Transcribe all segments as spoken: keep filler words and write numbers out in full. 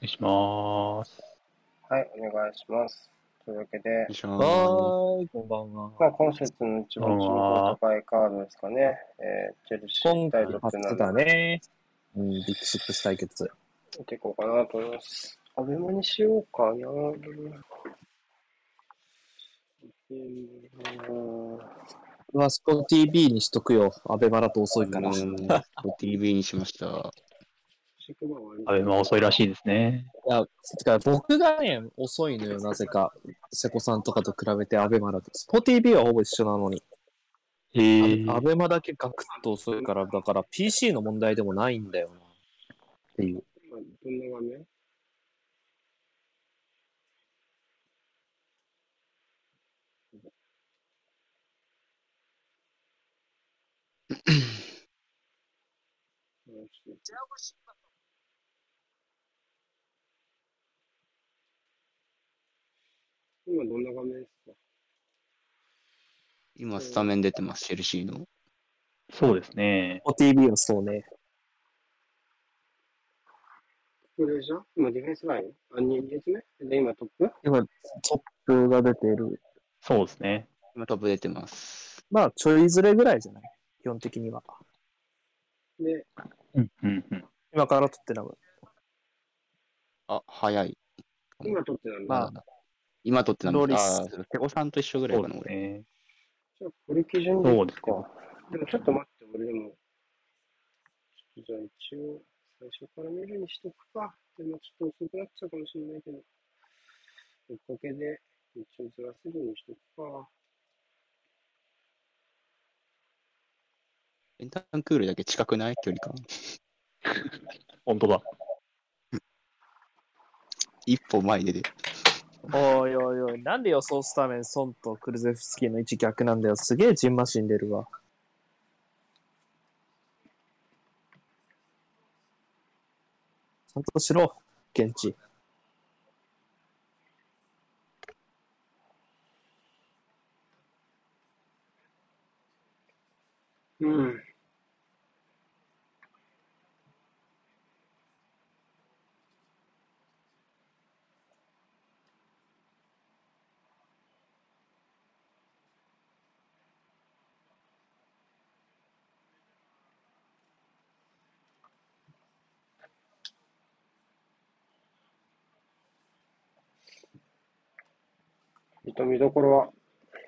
願いします。 はい、お願いします。というわけで、 よいしょー。 はーい、こんばんは。 まあ、今節の一番注目の高いカードですかね。えー、チェルシー今対回初トッテナムだね。うん、ビッグシックス対決。 見ていこうかなと思います。アベマにしようかな。うんうわ、スポ ティービー にしとくよ。アベマだと遅いから。いうーん、ティーブイ にしました。 アベマ遅いらしいですね。 や、てか僕がね、遅いのよ、なぜか。瀬古さんとかと比べてアベマだと。スポ ティービー はほぼ一緒なのに。 へー。 アベマだけガクッと遅いから、だから ピーシー の問題でもないんだよな。っていう。 まあどんな画面今どんな画面ですか？ 今、スタメン出てます、チェルシーの。 そうですね。 スポ ティービー はそうね。 これじゃ今ディフェンスラインあ、に列目で、今トップ今、トップが出てる。 そうですね。 今、トップ出てます。 まあ、ちょいずれぐらいじゃない基本的には。 で、 うんうんうん。 今から取ってなむ。 あ、早い。 今取ってなんだ。 まあ、 今取ってなんロリスですああ、瀬古さんと一緒ぐらいかな、 そうです俺。 ね。 じゃあ、これ基準でいそうくか。 ですよ。 でもちょっと待って、俺でも、ちょっとじゃあ一応、最初から見るにしとくか。でもちょっと遅くなっちゃうかもしれないけど、追っかけで一応ずらせるようにしとくか。 エンタークールだけ近くない距離感。 本当だ。 一歩前で出て。 おいおいおい、なんで予想スタメン、ソンとクルゼフスキーの位置逆なんだよ。すげえジンマシン出るわ。ちゃんとしろ、現地。 うん。見どころは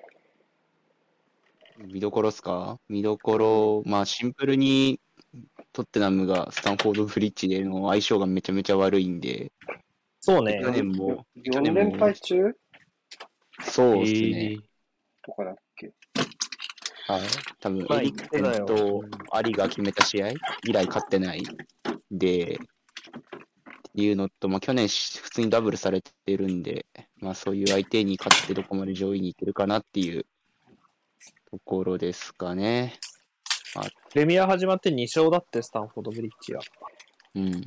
見どころっすか？見どころ、まあシンプルにトッテナムがスタンフォードブリッジでの相性がめちゃめちゃ悪いんで、 そうね去。年も、去よん年連敗も、 中そうっすね。 とかだっけ？ はい。多分、 まあエリクセンとアリが決めた試合以来勝ってないで、っていうのと、まあ、去年し普通にダブルされてるんで、まあ、そういう相手に勝ってどこまで上位に行けるかなっていうところですかね。 プレミア始まってに勝だってスタンフォードブリッジは。 うん。 うん。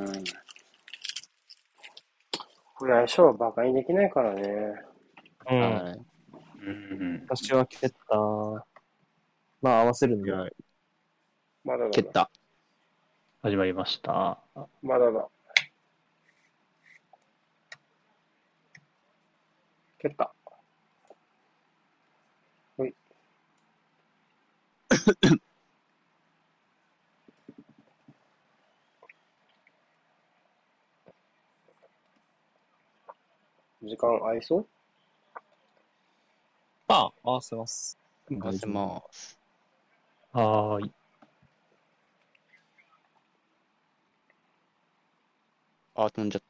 これ相性は馬鹿にできないからね。 うん。 はい。 うん私は蹴った。まあ合わせるんだ。 いや、 まだだな。 蹴った。 始まりました。 まだだ。蹴った。ほい。時間合いそうまあ、合わせます。 合わせます。 はーい。 あ、飛んじゃった。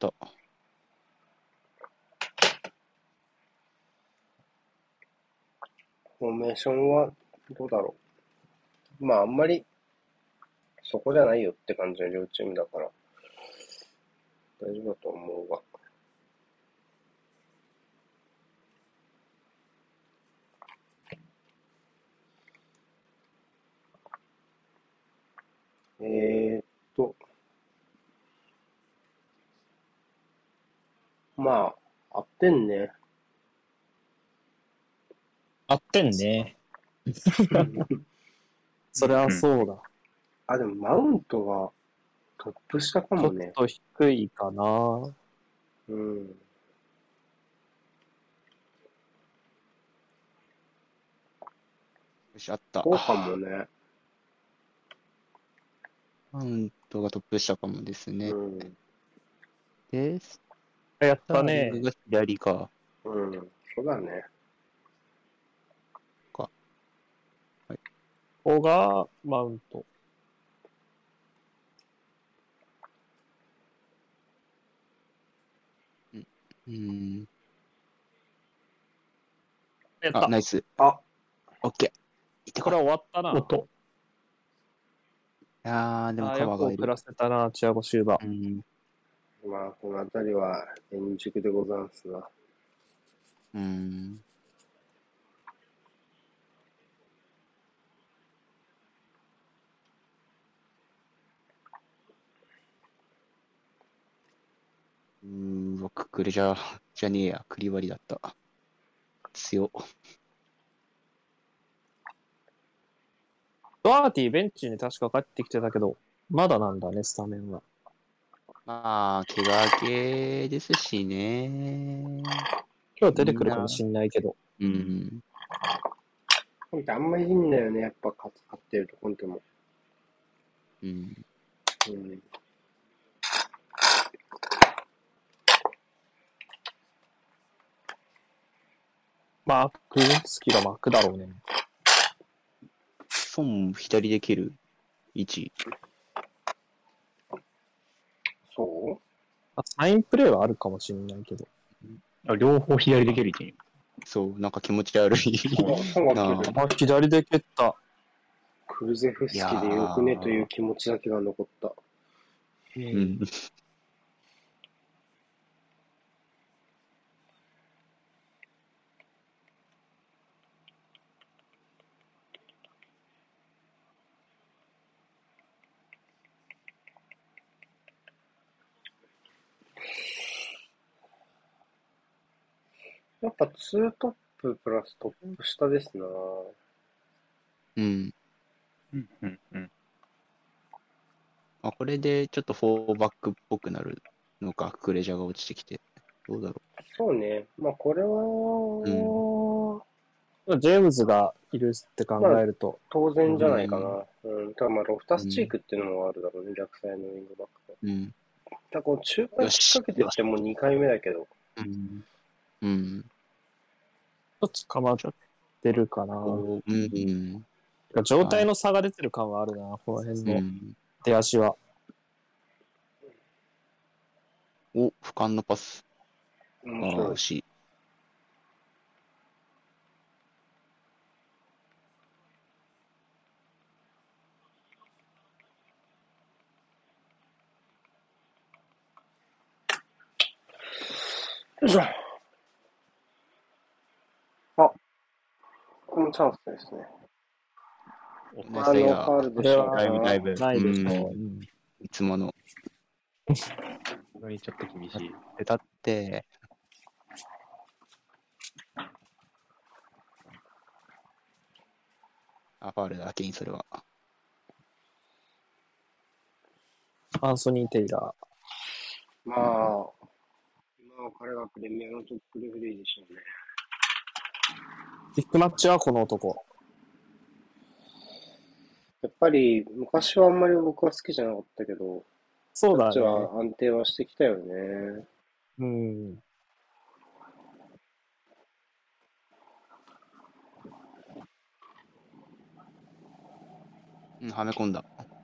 フォーメーションはどうだろう。まああんまりそこじゃないよって感じの両チームだから大丈夫だと思うが。えーっと、まあ、合ってんね。 合ってんね。それはそうだ。 あ、でもマウントがトップ下かちょっもね。 と低いかな。 うん。 よし、あった。 そうかもね。 マウントがトップ下かもですね。 うん。 で、スやっタたね。 ーリングが左か。 うん。そうだね。 か。はい。 ここがマウント。 うん。あ、 やった。 ナイス。 あ、 オッケー。行ってこい。 これ終わったな。 音。 いやー、でもあーカバーがいる。 よく遅らせたな、チアゴ・シューバー。 うん。 まあ、この辺りは、円熟でござんすな。 うん。うーわ、ククレじゃ、じゃねえや。クリバリだった。強っ。 ドアーティベンチに確か帰ってきてたけど、まだなんだね、スタメンは。 まあ、怪我系ですしね。 今日出てくるかもしんないけど。 うん。 コンテあんまりいいんだよね、やっぱ勝勝ってるとコンテも。 うん。 うん。 マーク、好きがマークだろうね。 損左で蹴る位置。 そうあサインプレーはあるかもしんないけど。 あ両方左で蹴る位置に。 そう、なんか気持ち悪い。 あ、そうなが来る。 あ、左で蹴った。 クルゼフスキでよくねという気持ちだけが残った。 ううん。 やっぱツートッププラストップ下ですな。 うん。 うんうんうん。 まあ、これでちょっとフォーバックっぽくなるのか、ククレジャーが落ちてきて。どうだろそうね。まあこれは、 ジェームズがいるって考えると、 当然じゃないかうんな。うん。ただまあロフタスチークっていうのもあるだろうね、逆サイドのウィングバックう。うん。 で。だからこう中間引っよし。 掛けてってもうにかいめだけど。 うん。うん。 一つかまってるかな。 こう、うん。 状態の差が出てる感はあるな、この辺のうん。 出足は。 お、俯瞰のパス。ああ、 面白い。 惜しい。 よいしょ。あ、このチャンスですね。あの、 ナイスイヤー。 ファールでしょうだいぶだいぶ。 ないでしょう。 うんうんいつもの。 これちょっと厳しい。 で、立って、あ、ファールだ、ケイン、それは。 アンソニー・テイラー。 まあ、今は彼がプレミアのトップレフェリーでしょうね。 ビッグマッチはこの男。 やっぱり昔はあんまり僕は好きじゃなかったけど、 そうだこっちはね。 安定はしてきたよね。 うん。 うん、はめ込んだ。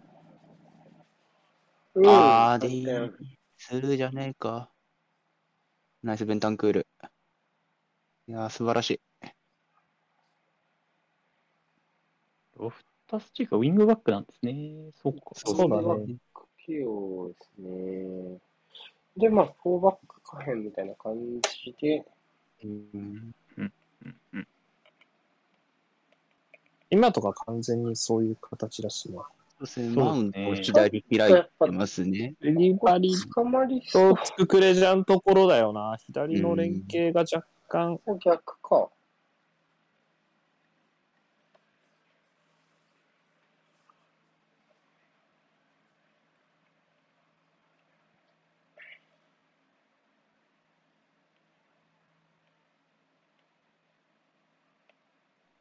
うん、 あー、で反いい転。。 するじゃねえか。ナイスベンタンクール。いやー、素晴らしい。 ロフタスチークはウィングバックなんですね。そうか。 そうそうだウィングバッね。 ク起用ですね。で、まあ、フォーバック可変みたいな感じで、 うんうんうんうん。 今とか完全にそういう形だしね。 そうですね、 そうマウントね左開いてますね。 リリバリ捕まりそうと。つくクレジャーのところだよな。左の連携が若干、 逆か。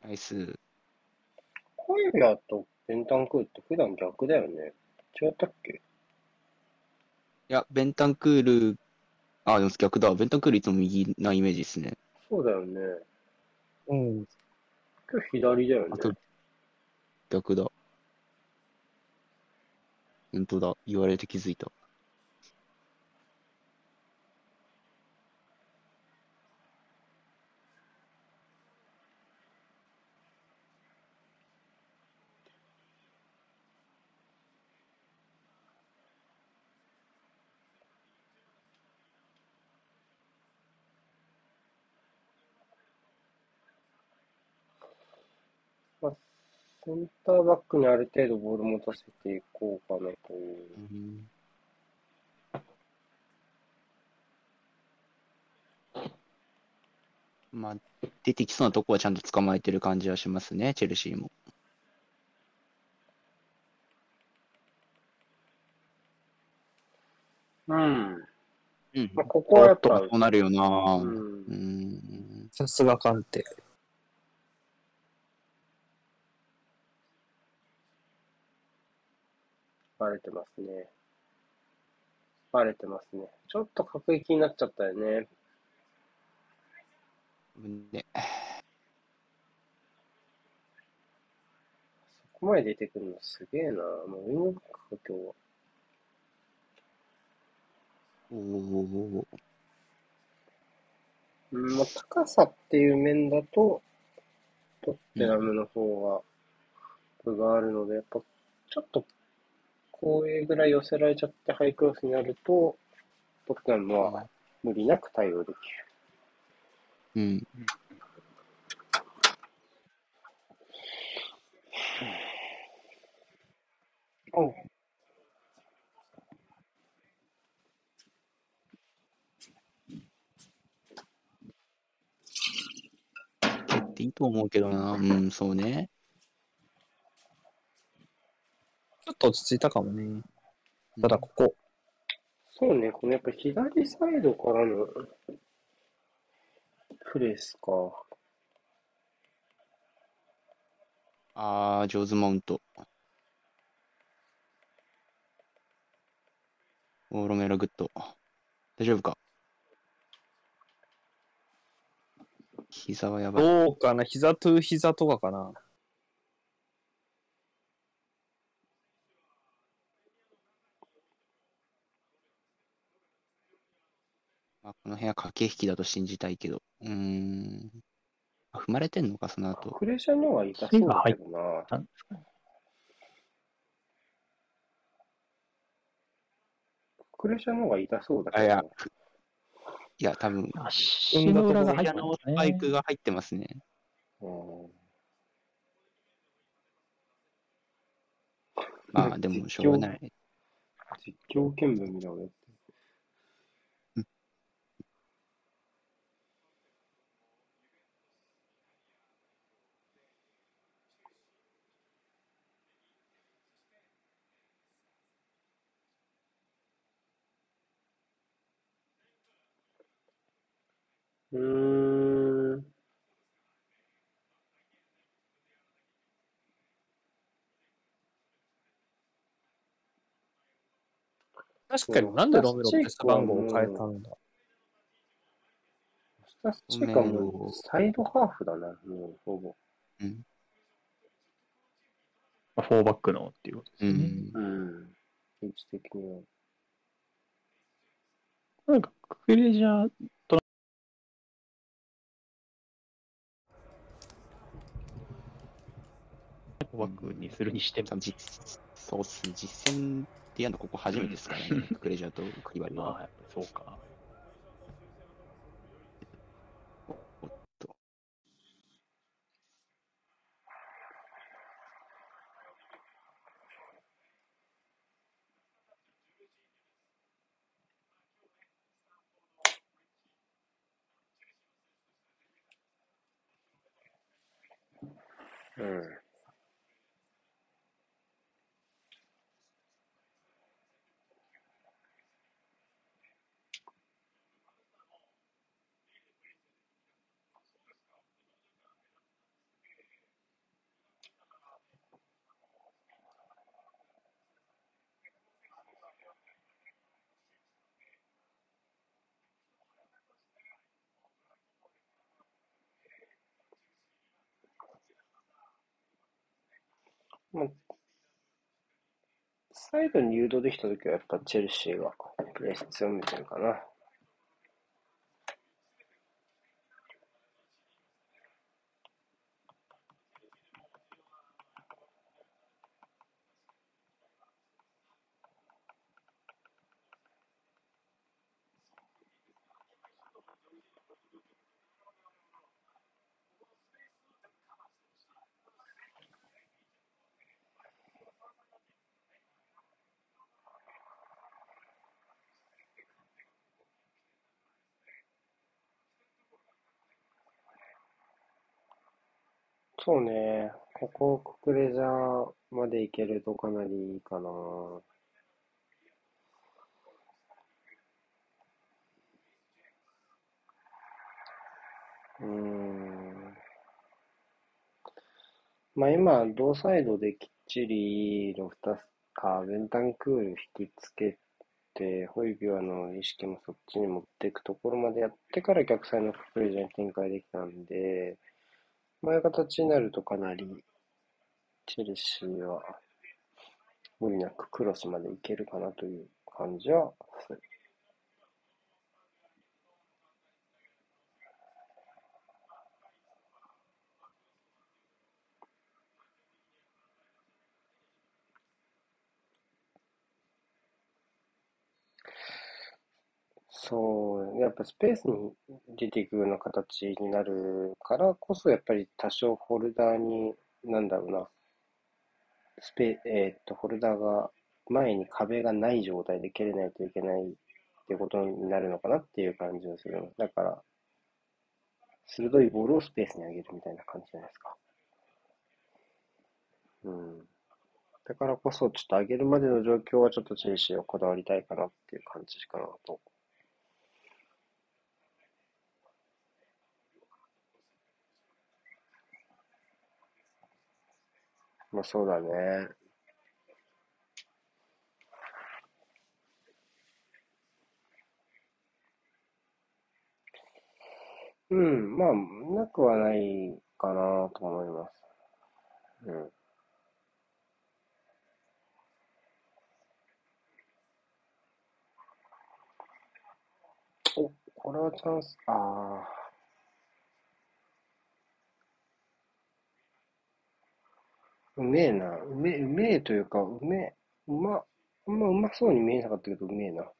ナイス。 コイラとベンタンクールって普段逆だよね。違ったっけ？ いや、ベンタンクール、あ、でも逆だ。ベンタンクールいつも右なイメージですね。 そうだよね。 うん。 今日左だよねあ。と、逆だ。本当だ。言われて気づいた。 まあ、センターバックにある程度ボール持たせていこうかなという。 うんまあ、出てきそうなとこはちゃんと捕まえてる感じはしますね、チェルシーも。 うん。 うん。 まあ、ここはやっぱ、 そうなるよなううんん。 さすが鑑定。 バレてますね。バレてますね。ちょっと確率になっちゃったよね。 ね、 ここまで出てくるのすげえな。もうウィングバックか、今日は。 おお。 うん、まあ、高さっていう面だと、トッテナムの方が、分があるので、やっぱ、ちょっと、こういうぐらい寄せられちゃってハイクロスになると、トッテナムは無理なく対応できる。 うん。 おう。 蹴っていいと思うけどな。うん、そうね。 ちょっと落ち着いたかもね。ただここ。 そうね、このやっぱ左サイドからのプレスか。 あー、ジョーズマウント。オーロメラグッド。大丈夫か？膝はやばい。 どうかな、膝と膝とかかな。 まあ、この辺は駆け引きだと信じたいけど。うーん。あ踏まれてんのか、その後。 クレシャの方が痛そうだけどな。 なんですかね。 クレシャの方が痛そうだあ、いや、 けどな。 ふいや、多分、 足の裏が入ってのますスパイクね。 が入ってますね。 うんまあ、でも、しょうがない。 実況見分みたいなのやってる。うーん。 確かになんでロメロって背番号を変えたのんだ。 スタスチローカメロもサイドハーフだな、もうほぼ。 うん。 まあフォーバックのっていうことですよね。 うん。 うん。位置的には。 なんか、クレジャーとフォーバックにするにしても多、分実、そうっすね。実戦でやるのここ初めてですからね。クレジャーとクリバリは。 まあ、やっぱりそうか。 おっと。 うん。 まあ、サイドに誘導できたときはやっぱチェルシーがプレー強めてるかな。そうね。ここ、ククレジャーまで行けるとかなりいいかな。うーん。まあ今、同サイドできっちりロフタス、あ、ベンタンクール引きつけて、ホイビュアの意識もそっちに持っていくところまでやってから逆サイのククレジャーに展開できたんで、まああいう形になるとかなり、チェルシーは無理なくクロスまでいけるかなという感じはする。そう、やっぱスペースに出ていくような形になるからこそ、やっぱり多少ホルダーに、なんだろうな、スペ、えーっと、ホルダーが前に壁がない状態で蹴れないといけないっていうことになるのかなっていう感じがする。だから、鋭いボールをスペースに上げるみたいな感じじゃないですか。うん。だからこそ、ちょっと上げるまでの状況はちょっとチェルシーはこだわりたいかなっていう感じかなと。まあそうだね。うん、まあ、なくはないかなと思います。うん。お、これはチャンス、ああ、うめえな。うめえ、うめえというか、うめえ、うま、あんまうまそうに見えなかったけど、うめえな。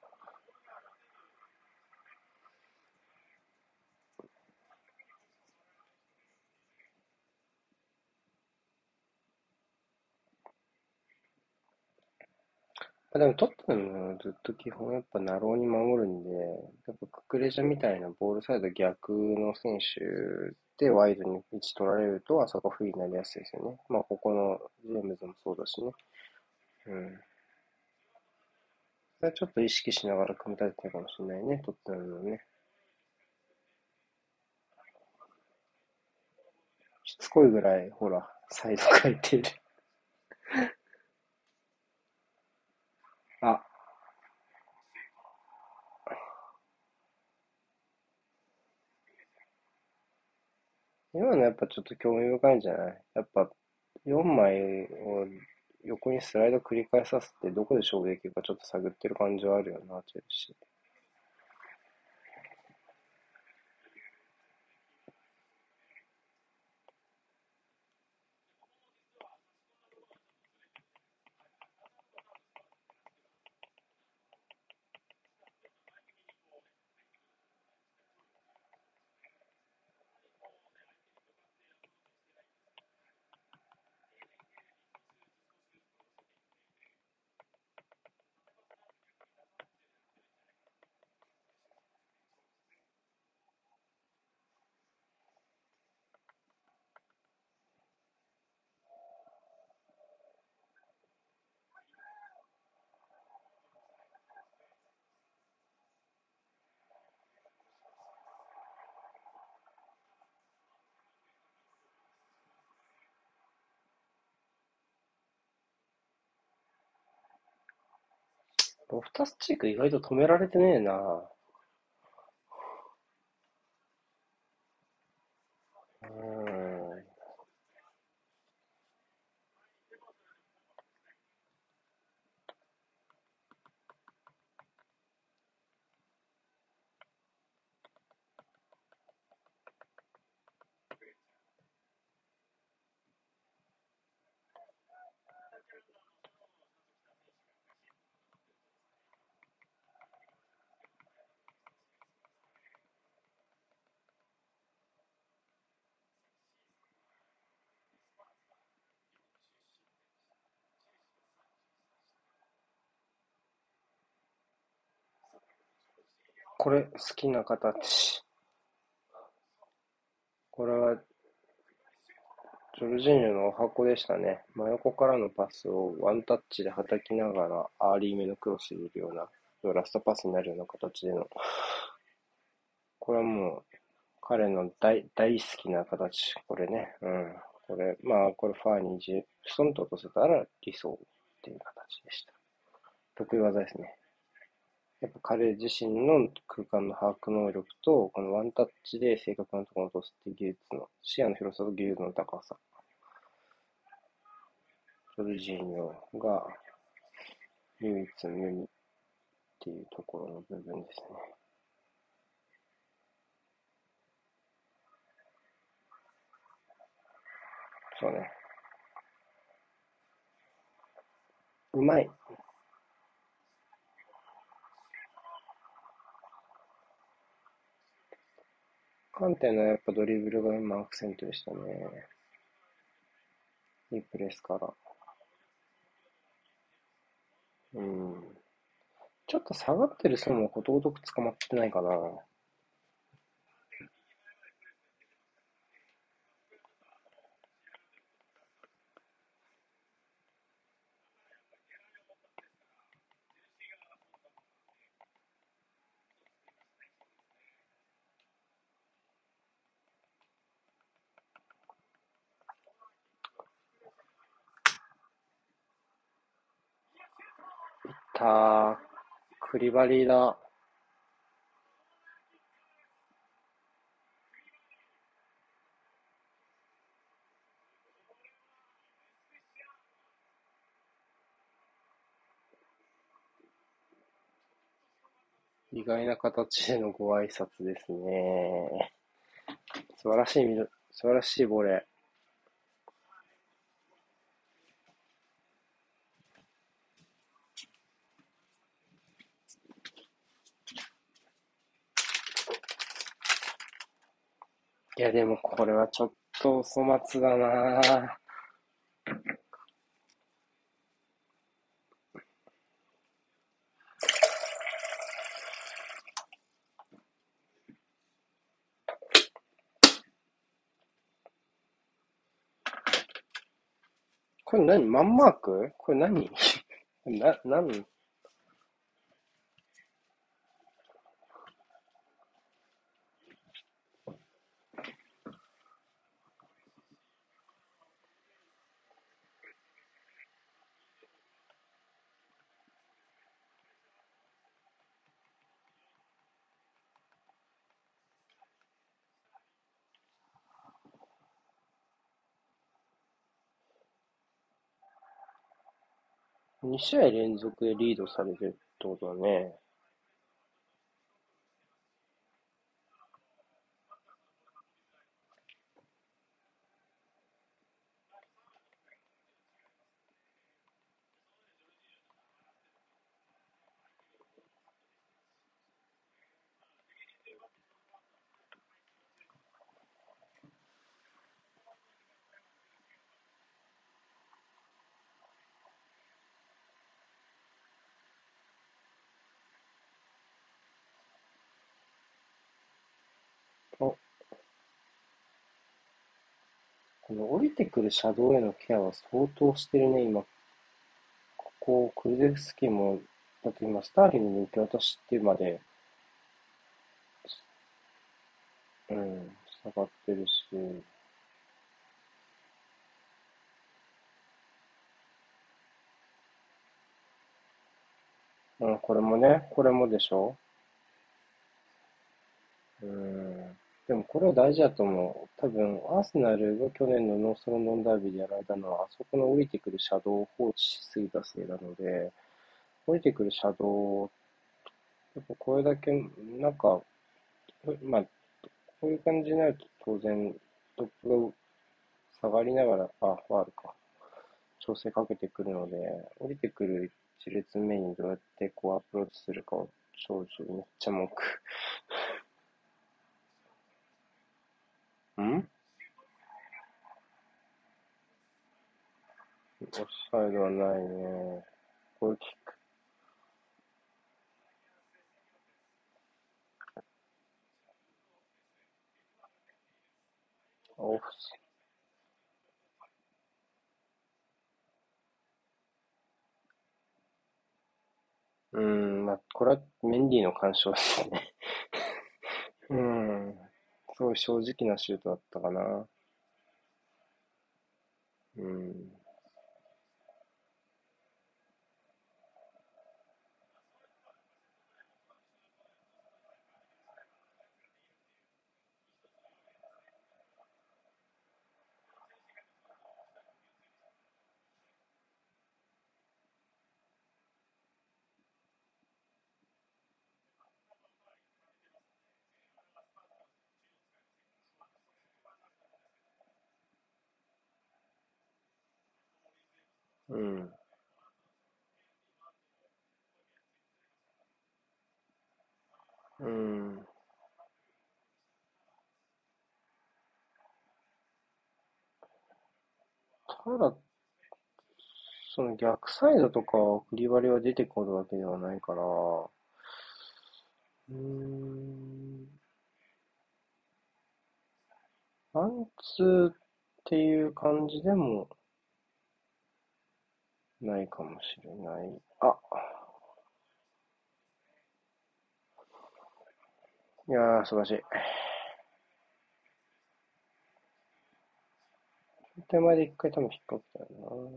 まあ、でも、トッテナムはずっと基本やっぱナローに守るんで、やっぱククレジャみたいなボールサイド逆の選手でワイドに位置取られると、あそこフリーになりやすいですよね。まあ、ここのジェームズもそうだしね。うん。それはちょっと意識しながら組み立ててるかもしれないね、トッテナムのね。しつこいぐらい、ほら、サイド変えてる。あ、今のやっぱちょっと興味深いんじゃない？やっぱよんまいを横にスライド繰り返させてどこで勝負できるかちょっと探ってる感じはあるよな、チェルシー。ロフタスチーク意外と止められてねえな。うーん。 これ好きな形。これはジョルジーニョのお箱でしたね。真横からのパスをワンタッチで叩きながらアーリーめのクロス入れるような、ラストパスになるような形での。これはもう彼の大大好きな形。これね。うん。これ、まあ、これファーにじ、ストンと落とせたら理想っていう形でした。得意技ですね。やっぱ彼自身の空間の把握能力と、このワンタッチで正確なところに落とすっていう技術の、視野の広さと技術の高さ。ジョルジーニョが唯一無二っていうところの部分ですね。そうね。うまい。カンテのやっぱドリブルが今アクセントでしたね。いいプレスから。うん。ちょっと下がってる層もことごとく捕まってないかな。たー、クリバリだ。意外な形でのご挨拶ですね。素晴らしいミド、素晴らしいボレー。いやでもこれはちょっとお粗末だなぁ。これ何マンマークこれ何な、何に試合連続でリードされてるってことだね。お、この降りてくる車道へのケアは相当してるね、今。ここ、クルゼフスキーも、だって今、スターリングに受け渡してまで、うん、下がってるし、うん、これもね、これもでしょうん。でもこれは大事だと思う。多分、アーセナルが去年のノースロンドンダービーでやられたのは、あそこの降りてくる車道を放置しすぎたせいなので、降りてくる車道、やっぱこれだけ、なんか、まあ、こういう感じになると当然、トップが下がりながら、あ、ファールか、調整かけてくるので、降りてくる一列目にどうやってこうアプローチするかを、長寿めっちゃ文句。んオフサイドはないね。これキック。 オフス。うーん、まあ、これはメンディーの干渉ですね。うん。すごい正直なシュートだったかな。うん。うん。うん。ただ、その逆サイドとか振り割りは出てくるわけではないから、うーん、ワンツーっていう感じでもないかもしれない。あ、いやー、素晴らしい。手前で一回多分引っ掛けたよ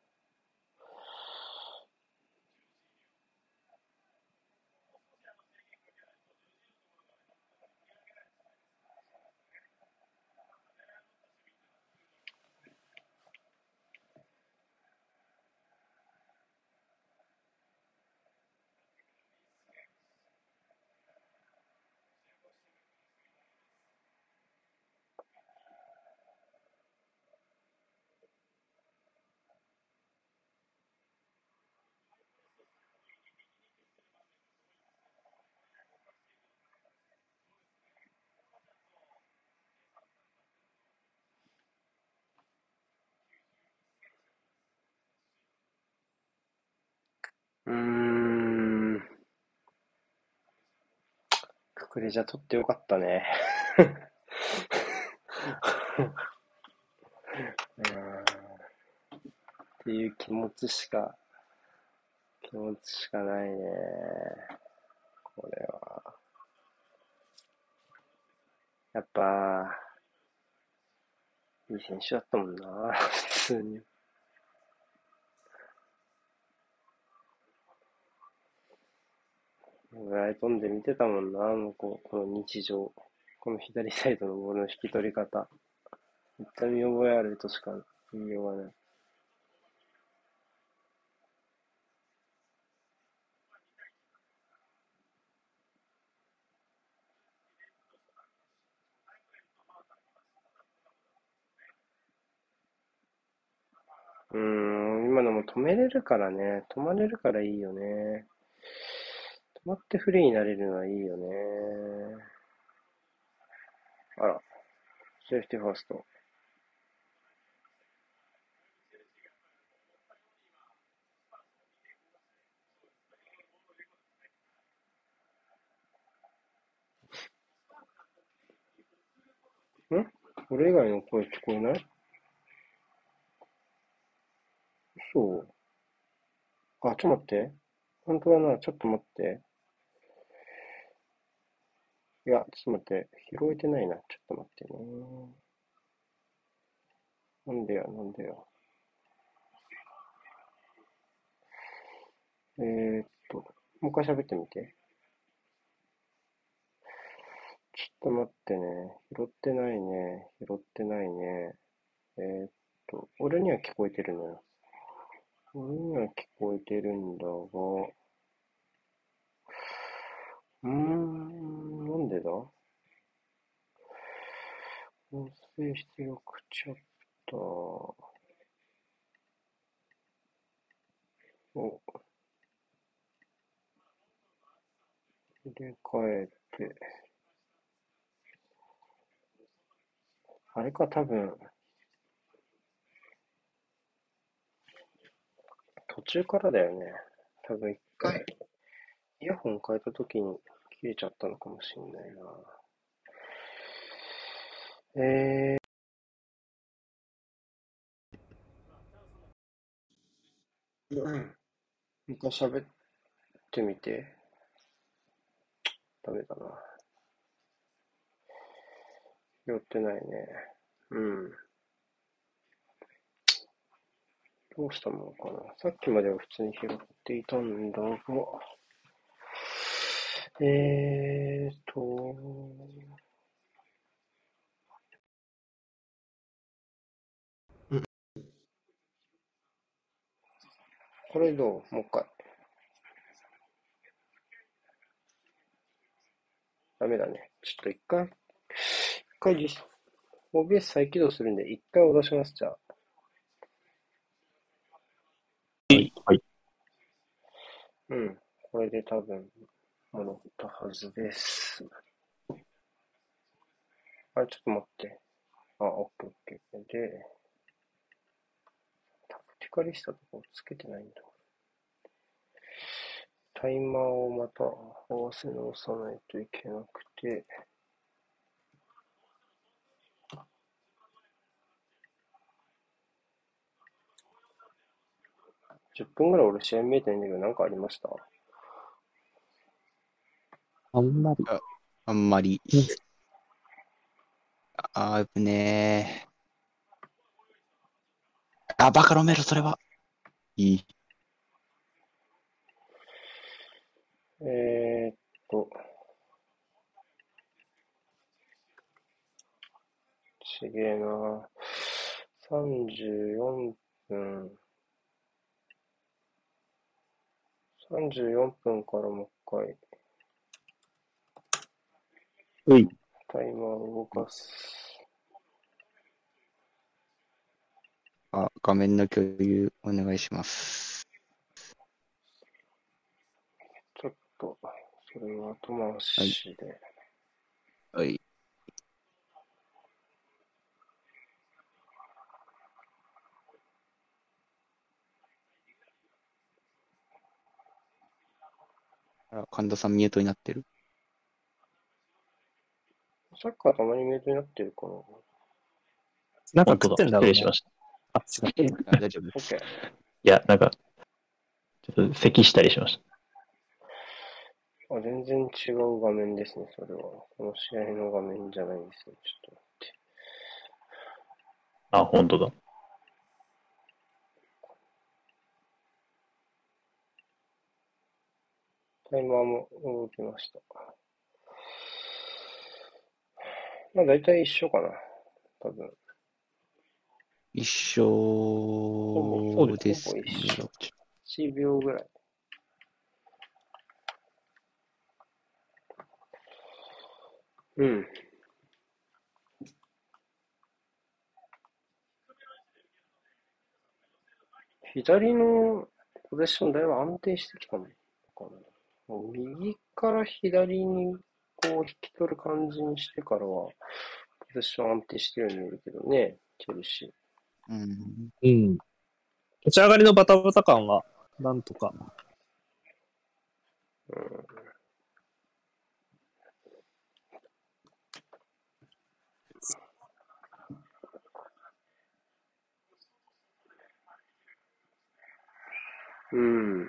な。うーん、ククレジャ取ってよかったね。うーん、っていう気持ちしか、気持ちしかないね。これは。やっぱ、いい選手だったもんな、普通に。ぐらい飛んで見てたもんな、向こう、この日常。この左サイドのボールの引き取り方。めっちゃ見覚えあるとしか言いようがない。うーん、今のも止めれるからね。止まれるからいいよね。止まってフリーになれるのはいいよね。あら、セーフティーファースト。ん俺以外の声聞こえない？そう。あ、ちょっと待って。本当だな。ちょっと待って。いや、ちょっと待って。拾えてないな。ちょっと待ってね。なんでや、なんでや。えーっと、もう一回喋ってみて。ちょっと待ってね。拾ってないね。拾ってないね。えーっと、俺には聞こえてるのよ。俺には聞こえてるんだが、うーん、なんでだ？音声出力チャプターを入れ替えて、あれか、多分、途中からだよね。多分一回、イヤホン変えた時に切れちゃったのかもしんないな。えーうん。もう一回喋ってみて。ダメだな。寄ってないね。うん。どうしたものかな。さっきまでは普通に拾っていたんだが。えーと、これどうもう一回。ダメだね。ちょっと一回、一回実、オービーエス 再起動するんで、一回戻します、じゃあ。 はい。はい。 うん。これで多分、戻ったはずです。あれ、ちょっと待って。あ、オッケーオッケー。で、タクティカリスタとかつけてないんだ。タイマーをまた合わせ直さないといけなくて、じゅっぷんぐらい俺試合見えてないんだけど、なんかありました？ あんまり。 ああんまり。 うんあぶねー。あ、バカロメロ、それは。いい。 えーっと、ちげえな。さんじゅうよんぷん。さんじゅうよんぷんからもう一回、 うい。 タイマーを動かす。 あ、画面の共有お願いします。 ちょっと、それは後回はい。 しで。 はい。あ、神田さんミュートになってる。 サッカーたまにミュートになってるかな。 なんか本当だ。 食ってんだろうね。 失礼しました。 あ、違う。 あ、大丈夫で OK。 す。 いや、なんか、ちょっと咳したりしました。 あ、全然違う画面ですね、それは。この試合の画面じゃないですね。ちょっと待って。 あ、本当だ。 タイマーも動きました。まあ大体一緒かな。多分。 一ほぼ、ほぼ緒です一ね。 緒。いちびょうぐらい。うん。左のポゼッションだいぶ安定してきたのかな。もう右から左にこう引き取る感じにしてからは、ポゼッション安定してるように見えるけどね、チェルシうん。 うん。立ち上がりのバタバタ感は、なんとか。 ー。うん。うん。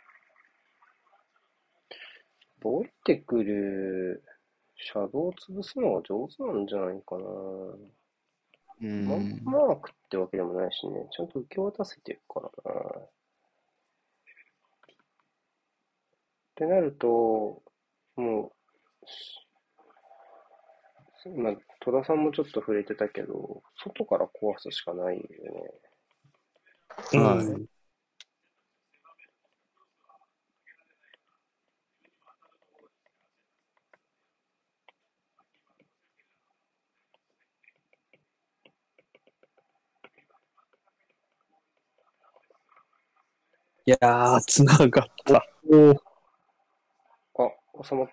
降りてくるシャドウを潰すのが上手なんじゃないかな。 うマンん。 マークってわけでもないしね、ちゃんと受け渡せてるからな。ってなると、もう、まあ、戸田さんもちょっと触れてたけど、外から壊すしかないよね。 うはい。 ん。いやー、繋がった。 おあ、収ま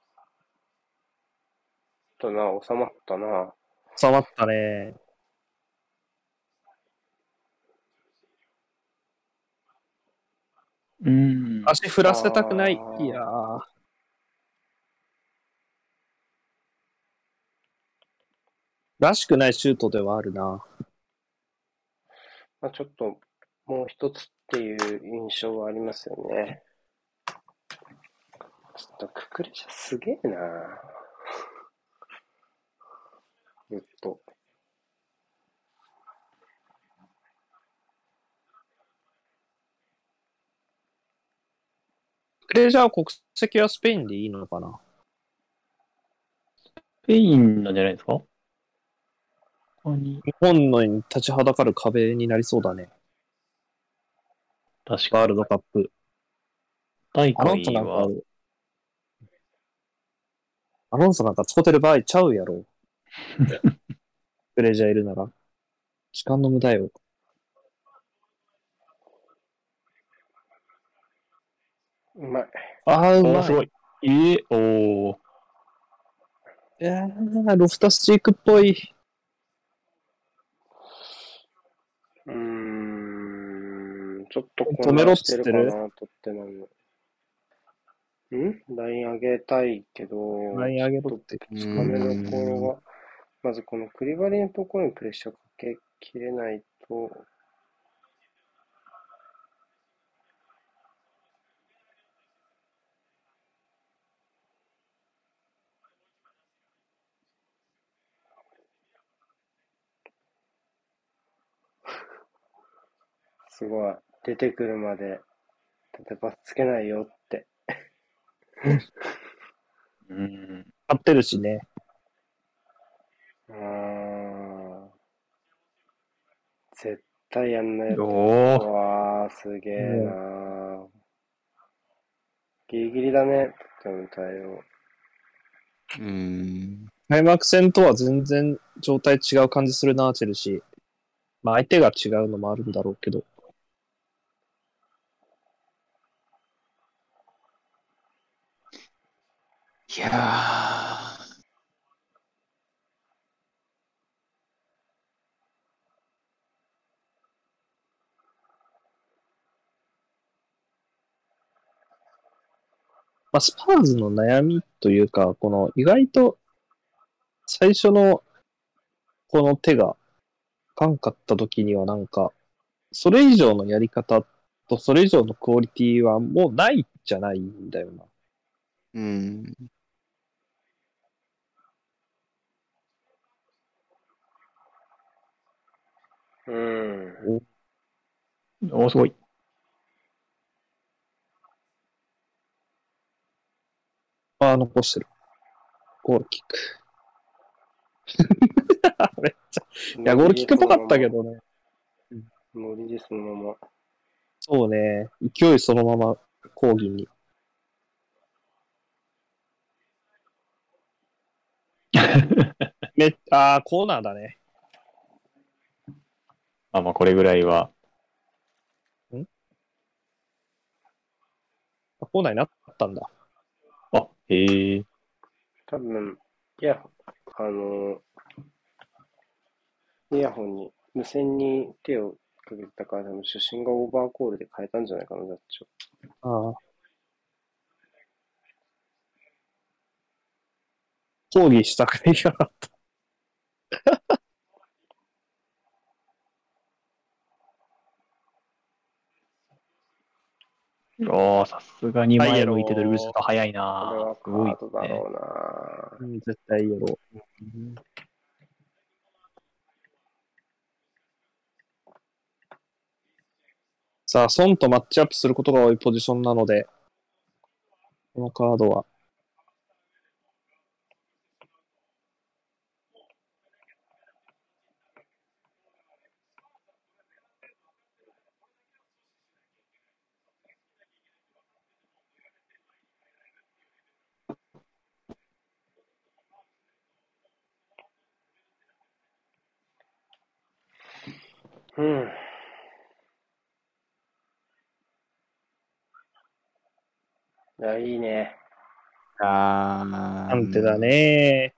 ったな、収まったな。 収まったね。 うん。 足振らせたくない。いやあー。らしくないシュートではあるな。 まあ、ちょっと、もう一つっていう印象はありますよね。ちょっとククレシャすげえな。ずっと。 クレジャー国籍はスペインでいいのかな？ スペインなんじゃないですか？他に、 日本のに立ちはだかる壁になりそうだね。 確かに。 ワールドカップ。 大アロンソなんか、 会は、 アロンソなんか使ってる場合ちゃうやろ。クレジャーいるなら。時間の無駄よ。 うまい。 ああ、うおー、 まい。 すごい。ええおー。 いやー、ロフタスチークっぽい。 うーん、ちょっと混止めろっ乱してるつってる？ かな、とってなの。んライン上げたいけど、 ライン上げろちょっって。 とつかめどころが、まずこのクリバリのところにプレッシャーかけきれないと、すごい、出てくるまで縦パスつけないよって。 うん。 合ってるしね。 うーん、絶対やんないよって。 おー。 うわー、すげえなもー。ギリギリだね、とっても対応。 うーん。 う、開幕戦とは全然状態違う感じするな、チェルシー。まあ相手が違うのもあるんだろうけど。 いやー。 まあスパーズの悩みというか、この意外と最初のこの手がかんかった時にはなんか、それ以上のやり方とそれ以上のクオリティはもうないじゃないんだよな。 うーん。 うん。 おー、すごい。 ああ、残してる。ゴールキック。めっちゃ。いや、ゴールキックっぽかったけどね。 ノリでそのまま。 そうね。勢いそのまま抗議に。めああ、コーナーだね。 あ、まあ、これぐらいは。 んあコーナーになったんだ。 あ、へえ。 多分、いや、あの、イヤホンに、無線に手をかけてたから、多分主審がオーバーコールで変えたんじゃないかな、ジャッジを。 ああ。抗議したくていかなかった。 おー、さすがにはいやろ前向いてドリブルすると早いこれはな。すカごいードだね。 ろうな。 うん、絶対やろう。さあ、ソンとマッチアップすることが多いポジションなので、このカードは。 うん。いや、いいね。 あ安定だー。 ね。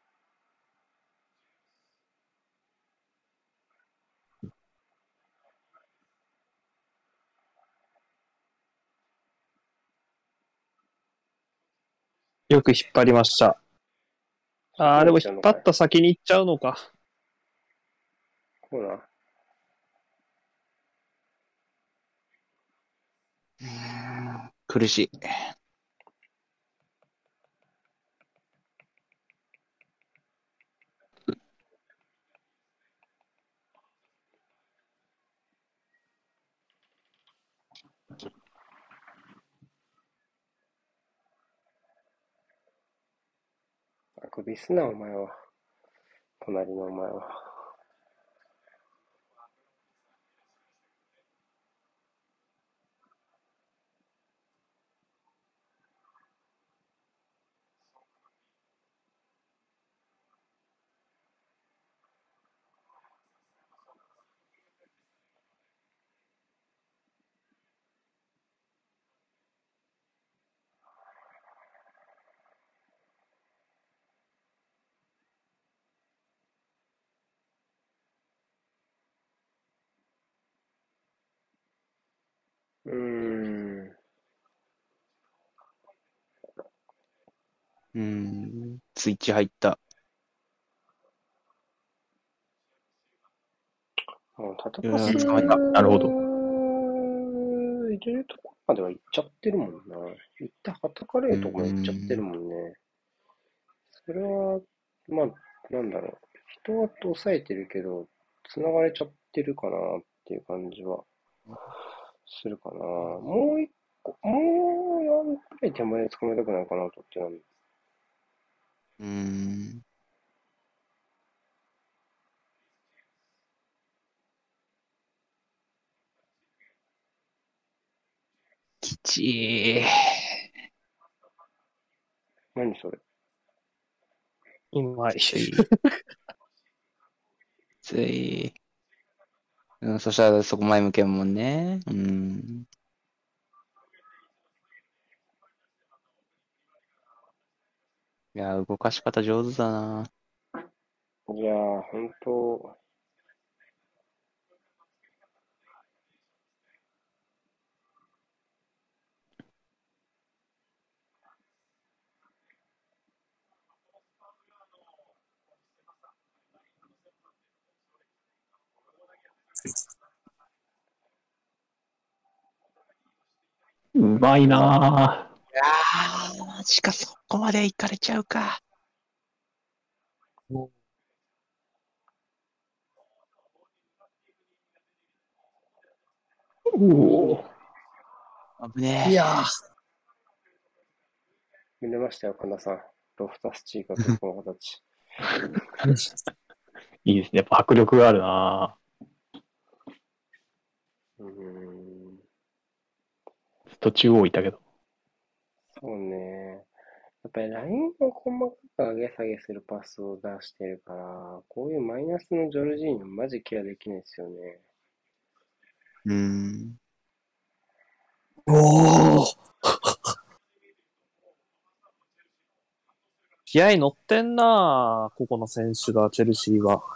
よく引っ張りました。ああ、でも引っ張った先に行っちゃうのか。 コーナー苦しい。 あくびすな、お前は。隣のお前は。うーん。 うーん。スイッチ入った。 もう縦いやパスー、捕まえた。 なるほど。 入れるところまでは行っちゃってるもんな。行ったはたかれうるとこまで行っちゃってるーん。 もんね。それは、まあ、なんだろう。人は抑えてるけど、繋がれちゃってるかなっていう感じはするかな。もう一個、もうやんくらい手前で捕まえたくないかなとってなんだ。 うーん。きち何それ。 うまい。 ー。きつい。きつい。うん、そしたらそこ前向けんもんね。うん。いや、動かし方上手だな。 いやー、ほんと、 うまいないやー、マジか、そこまで行かれちゃうか。 ぁ。おお。 危ねいや見れましたよ、神田さん。ロフタスチーカーとこの形。 ー。 いいですね。やっぱ迫力があるなうーん、 ぁ。途中をいたけど。 そうね。やっぱりラインを細かく上げ下げするパスを出してるから、こういうマイナスのジョルジーニョマジケアできないですよね。 ー。うーん。 おお。気合乗ってんなぁここの選手が、チェルシーは。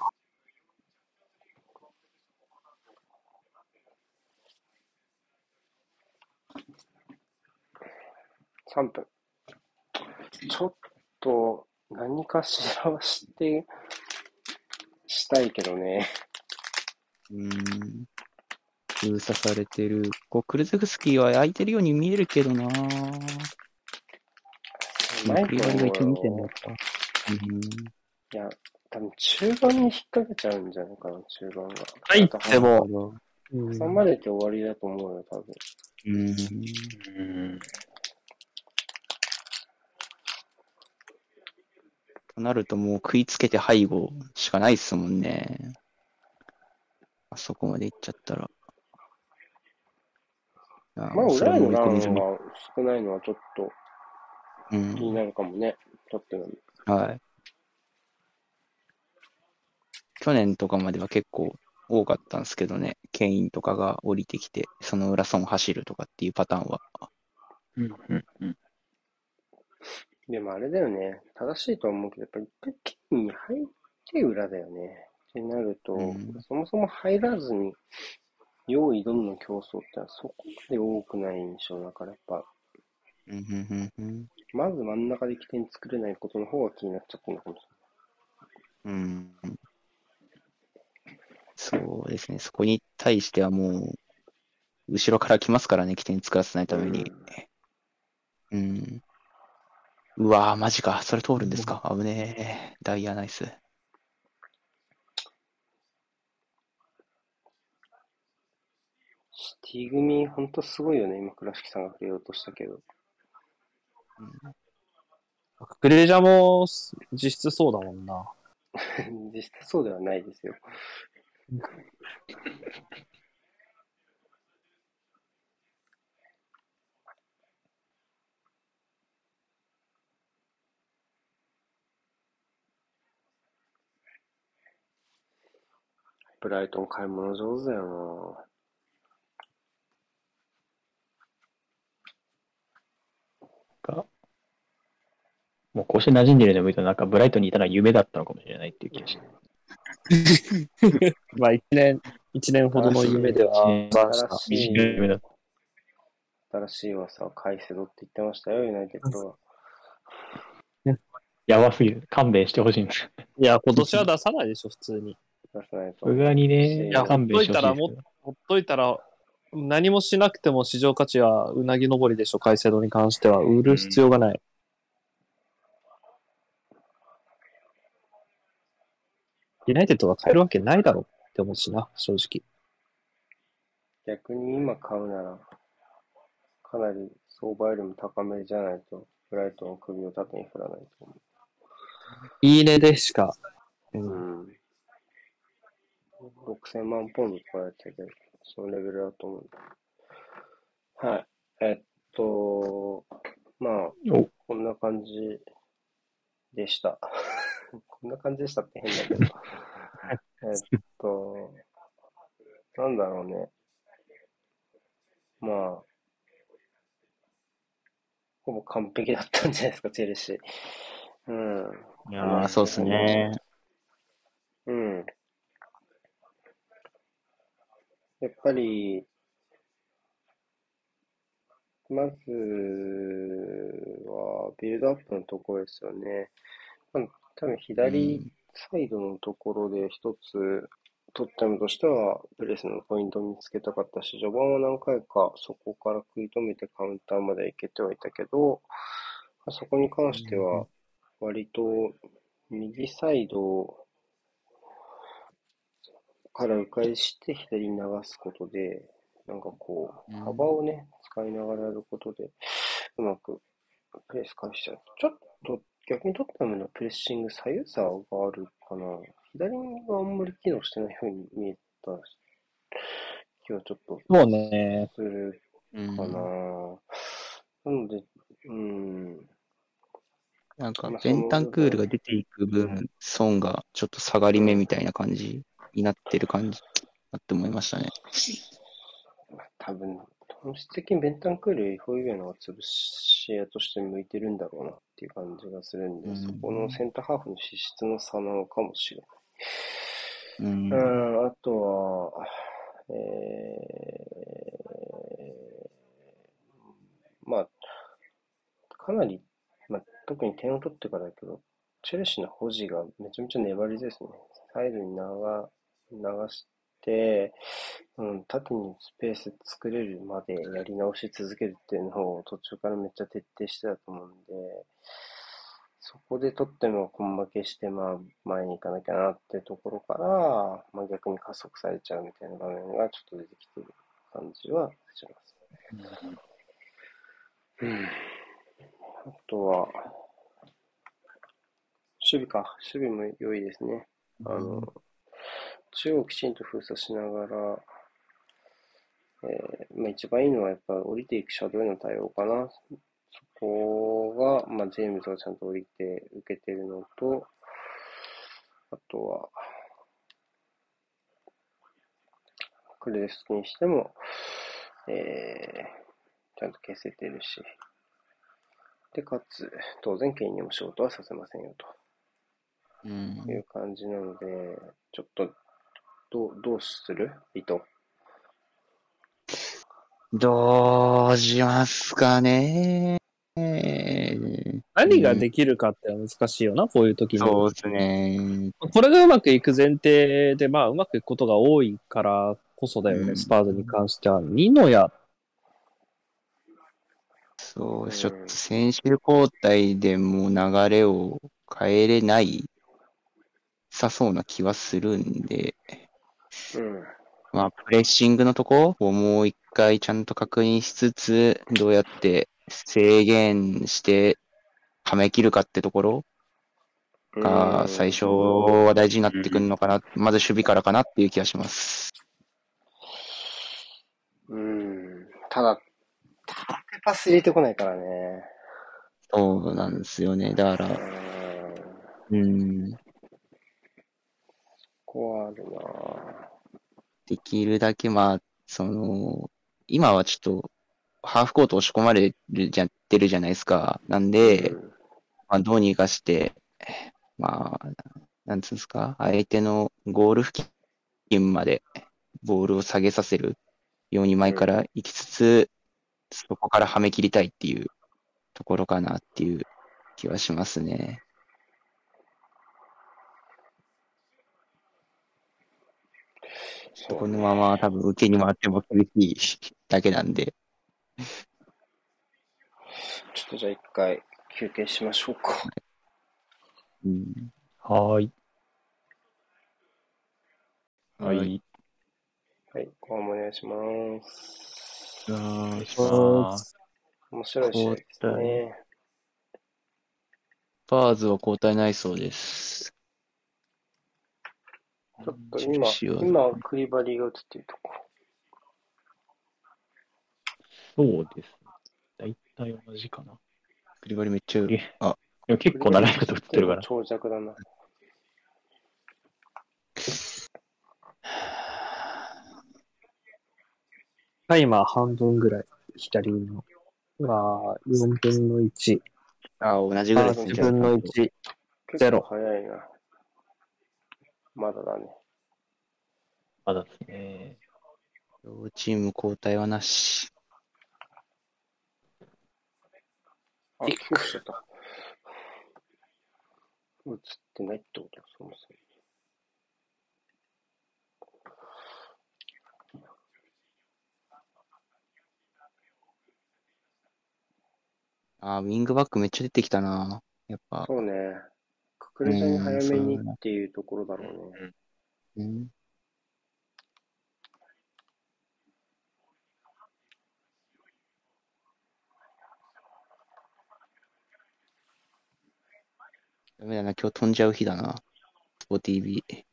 さんぷん。ちょっと何かしらはして、したいけどね。 うーん。封鎖されてる。こう、クルゼフスキーは空いてるように見えるけどなぁ。 ないとクリバリが一応見てん思うよ。 のか。うーん。 いや、多分中盤に引っ掛けちゃうんじゃないかな、中盤が。 入っあとても、 う挟まれて終わりだと思うよ、多分。 ーん。 うん。 となるともう食いつけて背後しかないっすもんね。あそこまで行っちゃったら。いやまあ、 もうそれ裏へのも追い込み済み。 ランが少ないのはちょっとうん。 気になるかもね、ちょっとの。 はい。去年とかまでは結構多かったんですけどね。ケインとかが降りてきて、その裏損走るとかっていうパターンは。 うんうんうん。 でもあれだよね。正しいとは思うけど、やっぱ一回剣に入って裏だよね。ってなると、 うん。 そもそも入らずに、用意どんの競争ってのはそこまで多くない印象だから、やっぱ、 うん、うん、うん、うん。 まず真ん中で起点作れないことの方が気になっちゃってるのかもしうん。そうですね。そこに対してはもう、 後ろから来ますからね、起点作らせないために。 うんうん。うわぁ、マジか。それ通るんですか。危ねえ。ダイヤナイス。 シティ組、ほんとすごいよね。今、倉敷さんが触れようとしたけど。 クレジャーも実質そうだもんな。 実際そうではないですよ。ブライトン買い物上手だよかもうこうして馴染んでるのを見ると、なんかブライトンにいたのは夢だったのかもしれないっていう気がして。 まあ一年、一年ほどの夢ではありました。 新しい短い夢だった。 な。新しい噂はカイセドって言ってましたよ、ユナイテッドは。 やばすぎる。勘弁してほしいんです。 いや、今年は出さないでしょ、普通に。 出さないと。 うがにね、 いや勘弁してほしいですけど。 ほっといたら、何もしなくても市場価値はうなぎ登りでしょ、カイセドに関しては。売る必要がない。ユナイテッドが買えるわけないだろうって思うしな、正直。 逆に今買うなら、かなり相場よりも高めじゃないと、ブライトンの首を縦に振らないと思いいねでしか。うう。 ん。 うん。ろくせんまんポンドとかやってたけど、そのレベルだと思うんで。はい。えっと、まあ、 おこんな感じでした。こんな感じでしたって変だけど。えっと、なんだろうね。まあ、ほぼ完璧だったんじゃないですか、チェルシー。うん。 いやー、そうっすね。 うん。やっぱり、まずは、ビルドアップのところですよね。まあ、多分左サイドのところで一つ、トッテナムとしては、プレスのポイントを見つけたかったし、序盤は何回かそこから食い止めてカウンターまで行けてはいたけど、そこに関しては、割と右サイドから迂回して左に流すことで、なんかこう、幅をね、使いながらやることで、うまくプレス返しちゃう。ちょっと逆にトッテナムのプレッシング左右差があるかな。左があんまり機能してないように見えた気はちょっとそうね。 するうんかな。なので、うん。 なんかまあ、 ベンタンクールがその出ていく分、損がちょっと下がり目みたいな感じになってる感じだって思いましたね。 まあ多分、本質的にベンタンクールよりホイビアの方が潰し屋として向いてるんだろうなっていう感じがするんで、 うんそこのセンターハーフの資質の差なのかもしれない。 うんう。ん、あとは、えー、まあ、かなり、まあ、特に点を取ってからだけど、チェルシーの保持がめちゃめちゃ粘り強いですね。サイドに流流して、うん、縦にスペース作れるまでやり直し続けるっていうのを途中からめっちゃ徹底してたと思うんで、そこで取っても根負けして、まあ、前に行かなきゃなってところから、まあ、逆に加速されちゃうみたいな場面がちょっと出てきてる感じはします。うん。あとは、守備か。守備も良いですね。あの、中央をきちんと封鎖しながら、えーまあ、一番いいのはやっぱ降りていくシャドウへの対応かな。そこが、まあ、ジェームズがちゃんと降りて受けてるのと、あとは、クレスにしても、えー、ちゃんと消せてるし、で、かつ、当然、ケインにも仕事はさせませんよ、という感じなので、ちょっと、どう、どうする伊藤。 どうしますかね。 何ができるかって難しいよな、こういう時に。 そうですね。 これがうまくいく前提で、まあ、うまくいくことが多いから、 こそだよね、 うんスパーズに関しては。二の矢、 そう、ちょっとうん選手交代でもう流れを変えれないさそうな気はするんで、 うん。 まあ、プレッシングのとこをもう一回ちゃんと確認しつつ、どうやって制限してはめ切るかってところが最初は大事になってくるのかな。まず守備からかなっていう気がします。 うん。ただ、縦パス入れてこないからね。 そうなんですよね。だから、 うん。 うん、 ここはあるな。 できるだけまあ、その、今はちょっとハーフコート押し込まれるじゃってるじゃないですか。なんで、まあ、どうにかして、まあ、なんつうんですか、相手のゴール付近までボールを下げさせるように前から行きつつ、そこからはめ切りたいっていうところかなっていう気はしますね。 そうこのまま多分受けに回っても厳しいだけなんで。 ちょっとじゃあ一回休憩しましょうか。 うん、 はーい。ははいい。 はい、後半もお願いします。 あーします。 面白い試合ですね。 スパーズは交代ないそうです。 ちょっと今、 印を今、クリバリーが映っているとこ。 そうですね。だいたい同じかな。 クリバリめっちゃ、 えあ、 でも結構長いこと売ってるから。 長尺だな。 タイマー半分ぐらい、左の。まあ、よんぶんのいち。 あ、同じぐらいあ、 ですね。 いちぶんのいち。ゼロ結構早いな。まだだね。 まだですね。 両チーム交代はなし。 あ、キックしちゃった。映ってないってことそもそも。 あ、ウィングバックめっちゃ出てきたな。やっぱ。 そうね。ククレジャに早めにっうんていうところだろうね。 うん。ダメだな、今日飛んじゃう日だな。スポティービー。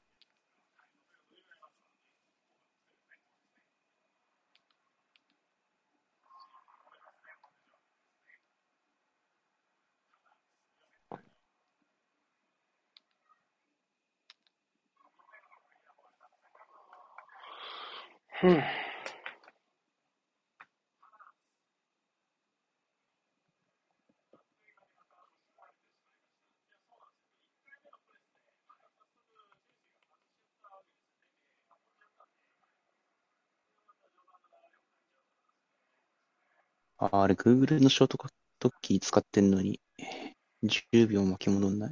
ふん。 あ、あれ、Google のショートカットキー使ってんのに、じゅうびょう巻き戻んない。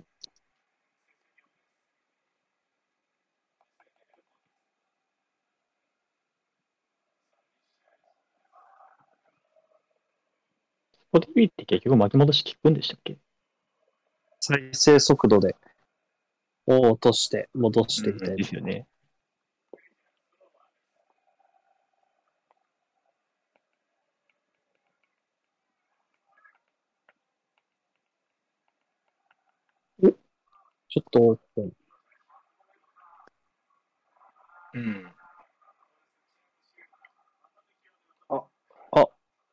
スポティビって結局巻き戻し効くんでしたっけ？ 再生速度で、を落として、戻してみたいな。 ですよね。 ちょっとオープン。 うん。 あ、 あ、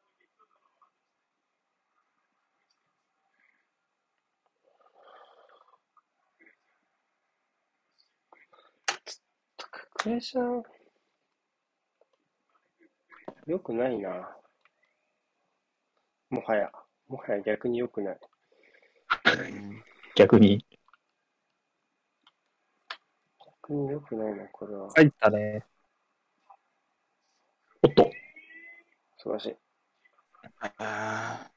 ククレジャよくないな。もはや。もはや逆によくない。 うん逆に。 逆によくないな、これは。 入ったね。 おっと。 素晴らしい。 あ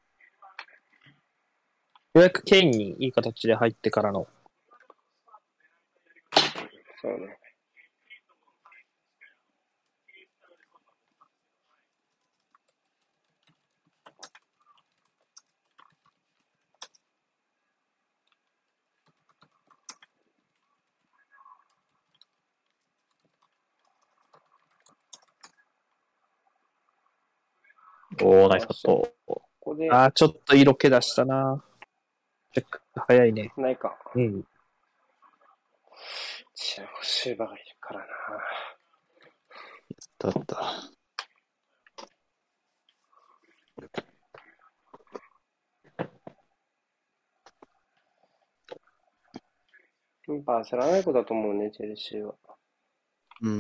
ようやくケインにいい形で入ってからの。 そうね。 おー、ナイスカット。 ここで、 あー、ちょっと色気出したな。チェック早いね。 ないか。 うん。 シューバーがいるからな。 だった。 やっぱ焦らない子だと思うね、チェルシーは。 うん。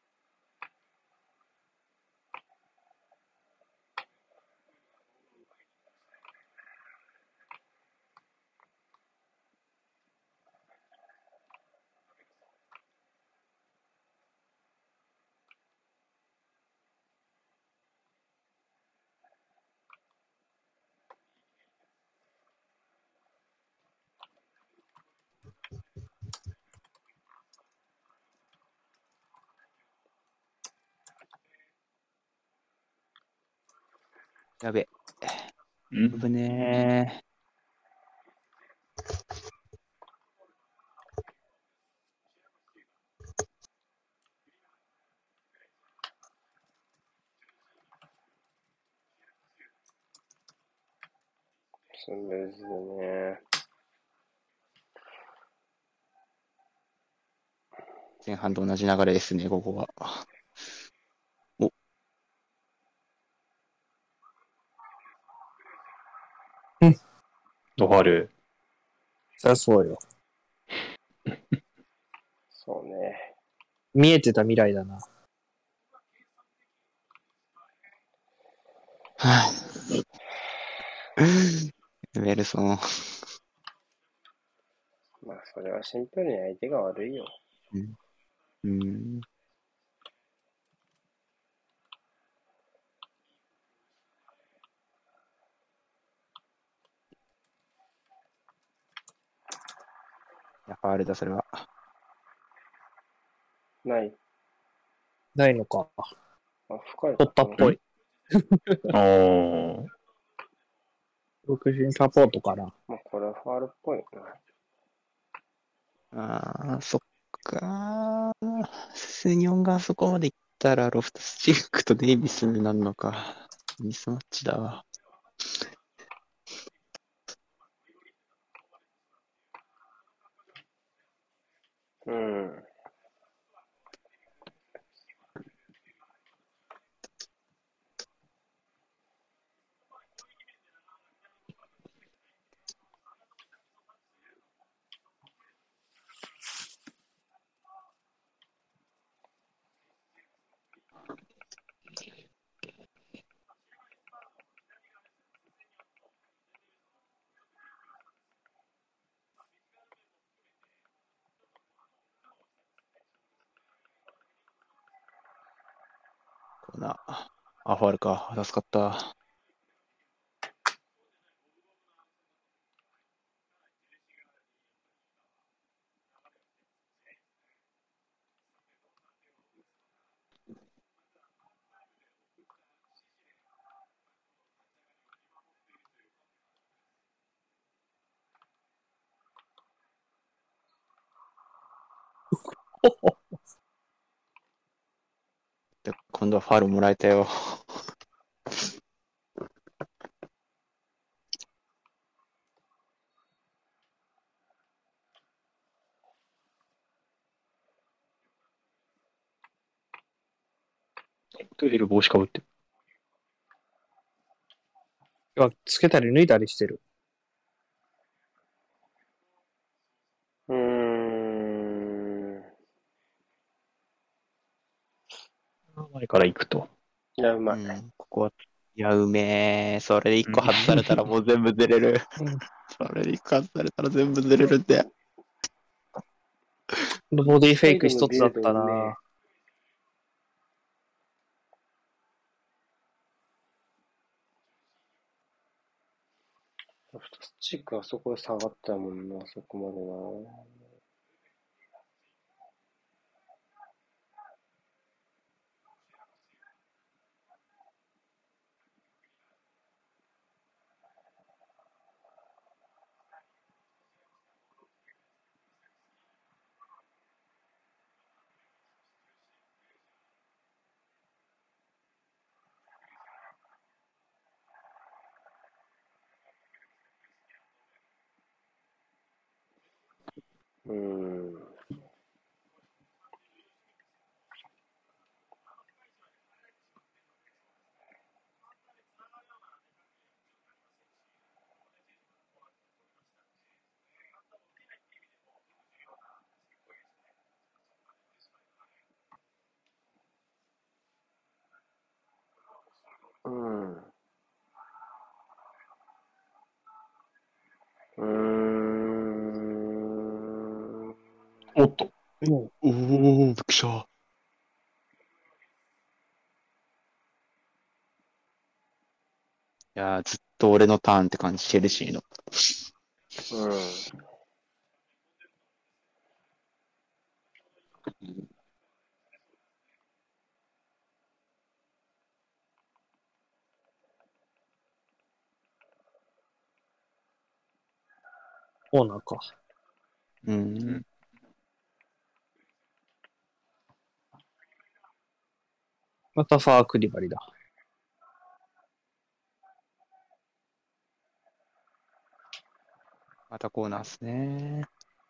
やべ。 うん。 危ねえ。 スムーズだね。 前半と同じ流れですね、ここは。お、 ドファール。 そりゃそうよ。 そうね。 見えてた未来だな。 はぁ。エメルソン。 まあ、それはシンプルに相手が悪いよ。 うん。うんいや、ファールだ、それは。 ない。 ないのか。 あ、深い。 取ったっぽい。 おー。 独身サポートかな。 まあ、これはファールっぽいな。 ああ、そっか。セニョンがあそこまで行ったら、ロフトスチックとデイビスになるのか。ミスマッチだわ。 うん。 こんな、あ、ファールか。助かった。で、今度はファールもらえたよ。 トイレる帽子かぶってる。 いや、つけたり脱いだりしてる。 うーん。 前から行くと。 いや、うまい。 うん、ここは、いや、うめえ。それで一個外されたらもう全部ずれる。それで一個外されたら全部ずれるって。 ボディフェイク一つだったサイドのビルドうめえな。 ロフトスチックあそこで下がったもんな、あそこまでな。 うーん。うん。うーん。 おっと。 もおお、びっくりした。いやー、ずっと俺のターンって感じ、チェルシーの。 うん。 う、オーナーか。 うん。 またファークリバリだ。 またコーナーっすね。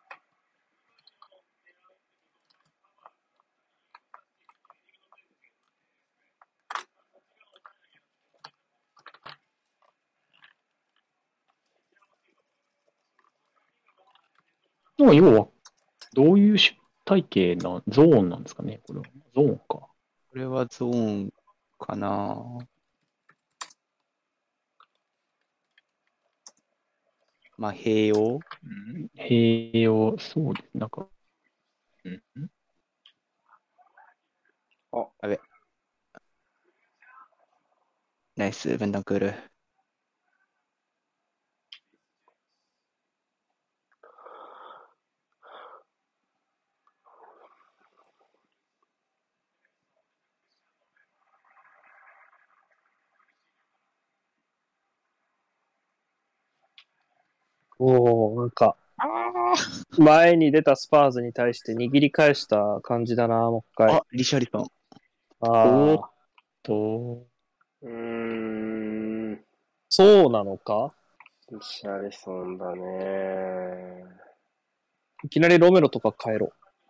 でも要は、どういうし体系な、ゾーンなんですかね、これは。ゾーンか。 これはゾーンかな。まあ、併用うん、併用、そうです。なんか、うん、 やべ。ナイス、ベンダンクール。 おお、なんか、 あ前に出たスパーズに対して握り返した感じだな、もう一回。 あ、リシャリソン。 おーっああ、 と、 うーん。 そうなのか。 リシャリソンだね。 いきなりロメロとか変えろ。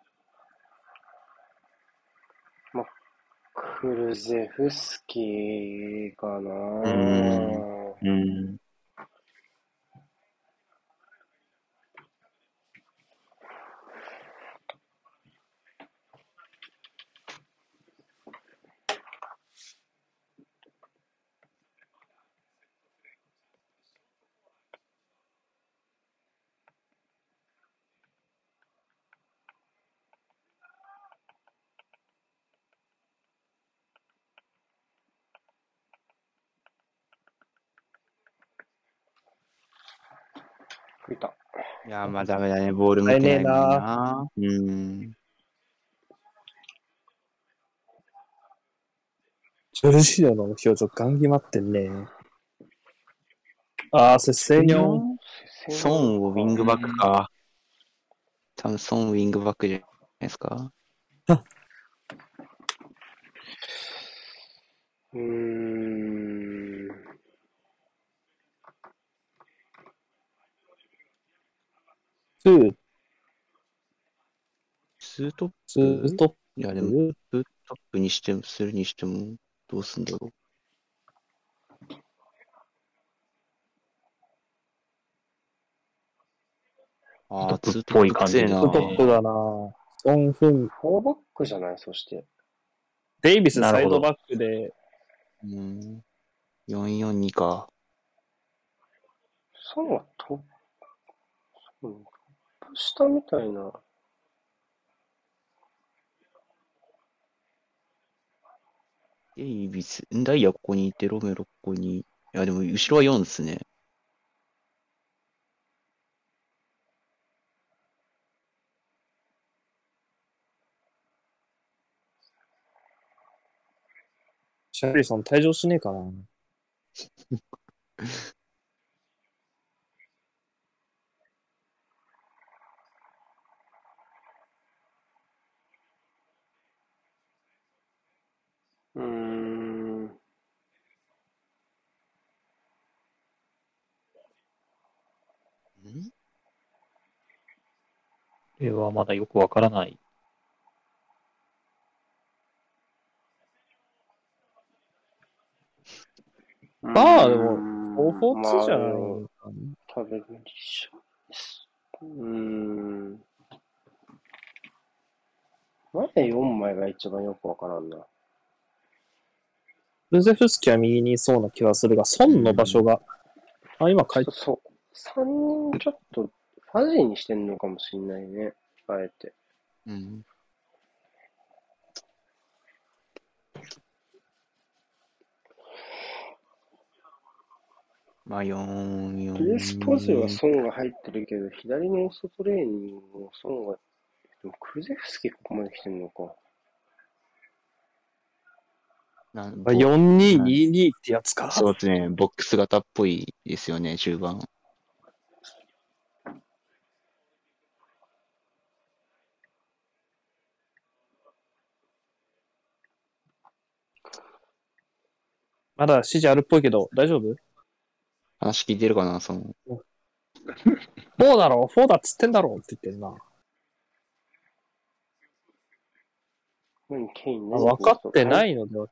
クルゼフスキーかな。 うーん。うん。 見た。 いやー、まあダメだね。ボール持てないもんな。うん。 ジョルジーノの表情ガン決まってんね。ああ、接戦よん。 ソンをウィングバックか。多分ソンウィングバックじゃないですか。 うーん。 ツー、 ツートッツープトッいや、でも、 プ。 ツートップにしても、するにしても、どうすんだろう。ああ、 トップっツートップぽい感じ強えな。 ツートップだな。ソン・フン。 フォーバックじゃないそして。 デイビスなるほどサイドバックで、 うん。よんよんにか。 ソンはトップ、うんトップ下みたいな。 デイビス、んダイヤここにいて、ロメロここに。いや、でも、後ろはよんですね。 シャリソン退場しねえかな。 うーん。 んれはまだよくわからない。 まあでも、フォーフォーまあ、 ツーじゃないでものかな。 食べるでしょ。うーん。なんでよんまいが一番よくわからんな。 ルゼフスキは右にいそうな気はするが、孫の場所が、あ、今書いて、 そう。さんにんちょっとファジーにしてんのかもしんないね。あえて。 うん。まあ、よん、よん、 プレスポジは孫が入ってるけど、左のオーソトレーニングも孫が、でもクルゼフスキここまで来てんのか。 なんあよんにーにーにーってやつか。 そうですね。ボックス型っぽいですよね、中盤。 まだ指示あるっぽいけど、大丈夫？ 話聞いてるかな、その。 フォーだろ、フォーだっつってんだろって言ってんな。 何、ケインあ、 何分かってない。 いのでは。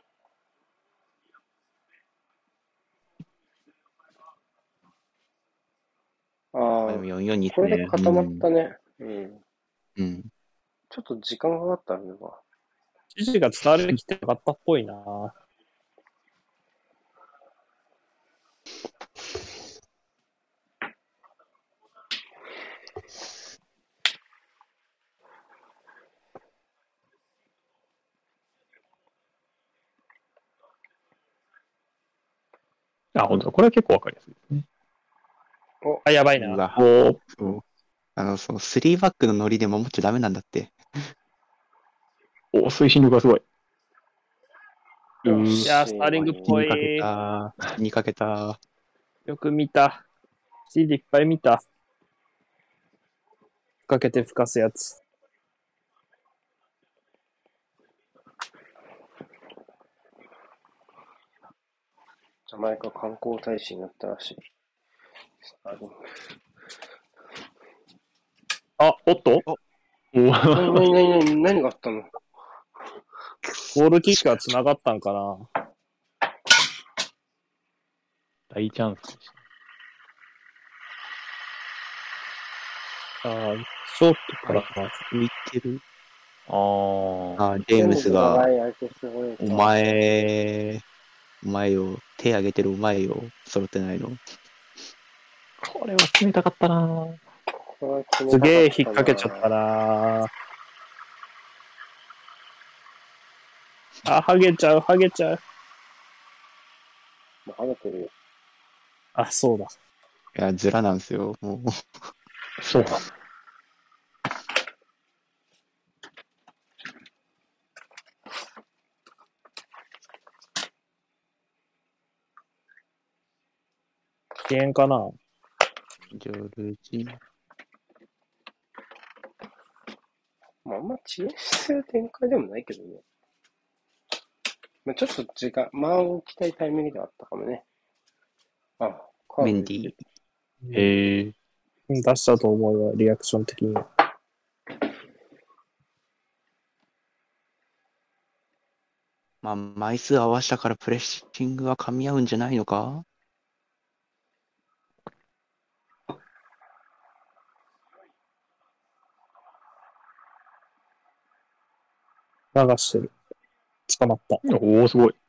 あまあ、であ、 もよん、よんにですこれでね。 固まったね。うん。うん、 うん。 ちょっと時間がかかったのか。 指示が伝わりきてなかったっぽいな。 あ、本当だ。これは結構わかりやすいですね。 あ、やばいうな。 わ、 おー、 そう。あの、その、スリーバックのノリで守っちゃダメなんだって。 おー、推進力がすごい。うよー、 いや、 し。 スターリングっ死ぽにかけい。 た。死にかけた。 よく見た。シーディいっぱい見た。かけて吹かすやつ。 ジャマイカ観光大使になったらしい。スターリング。 あ、おっとおお何、 ー何、何、何、何があったの？ ゴールキックは繋がったんかな。 大チャンスでした。 あショートから。 浮いてる。 あー、 あ、ジェームスが、 長い相手すごいか。 お前、お前よ、手挙げてるお前よ、揃ってないの。 これは決めたかったなぁ。 これは決めすたかったな。 げえ引っ掛けちゃったな。あ、ハゲちゃう、ハゲちゃう。 もう跳ねてるよ。 あ、そうだ。 いや、ズラなんですよ、もう。 そうだ。 遅延かな。 ジョルジ。 まあ、あんま遅延する展開でもないけどね。まあ、ちょっと時間、間を置きたいタイミングではあったかもね。あ、カードメンディー。 へえ。 うん出したと思うわ、リアクション的に。 まあ、枚数合わせたからプレッシングは噛み合うんじゃないのか。 流してる。捕まった。 おー、すごい。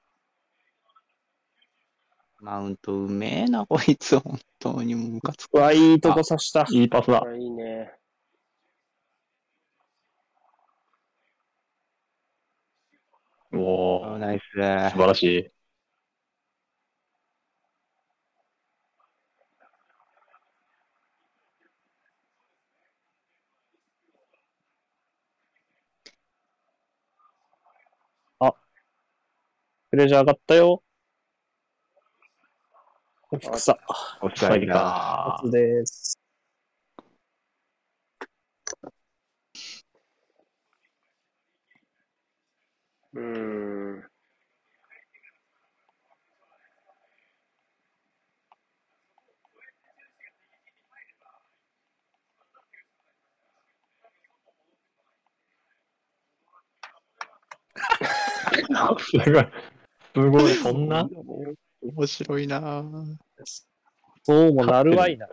マウントうめえな、こいつ。本当にもうムカつく。 うわ、いいとこ刺した。 いいパスだこ。れいいね。 おー、 あナイス。 素晴らしい。 プレジャー上がったよ。おふくさ。 オフサイドサイドだ。 か初です。 うーん。 すごい。すごい、そんな面白いなぁ。 そうもなるわいな。い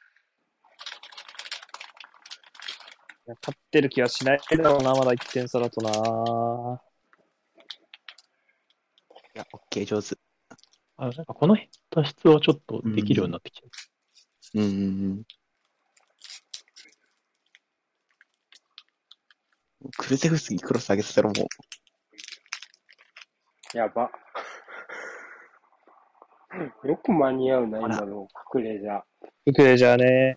や勝ってる気はしないだろうな、まだいってん差だとな。 いや、オッケー、上手。 あ、なんかこの脱出をちょっとできるようになってきてる。 うんうんうん。クルゼフスキークロス上げさせろ、もやば。よく間に合うな、 あら今の隠れじゃ。 ウクレじゃあね。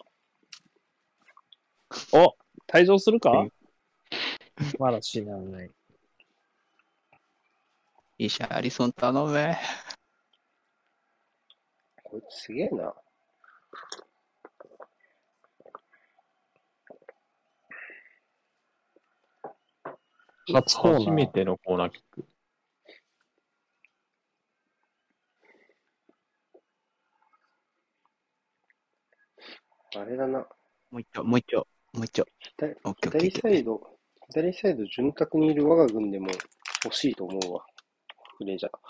お、退場するかまだ死なない。 う。いいシャン、アリソン頼め。 こいつすげえな。 初コーナー。 初めてのコーナーキック。 あれだな。 もう一丁、もう一丁、もう一丁。 左オッケーオッケーオッ左ケー。 サイド、左サイド潤沢にいる我が軍でも欲しいと思うわ。フレジャー。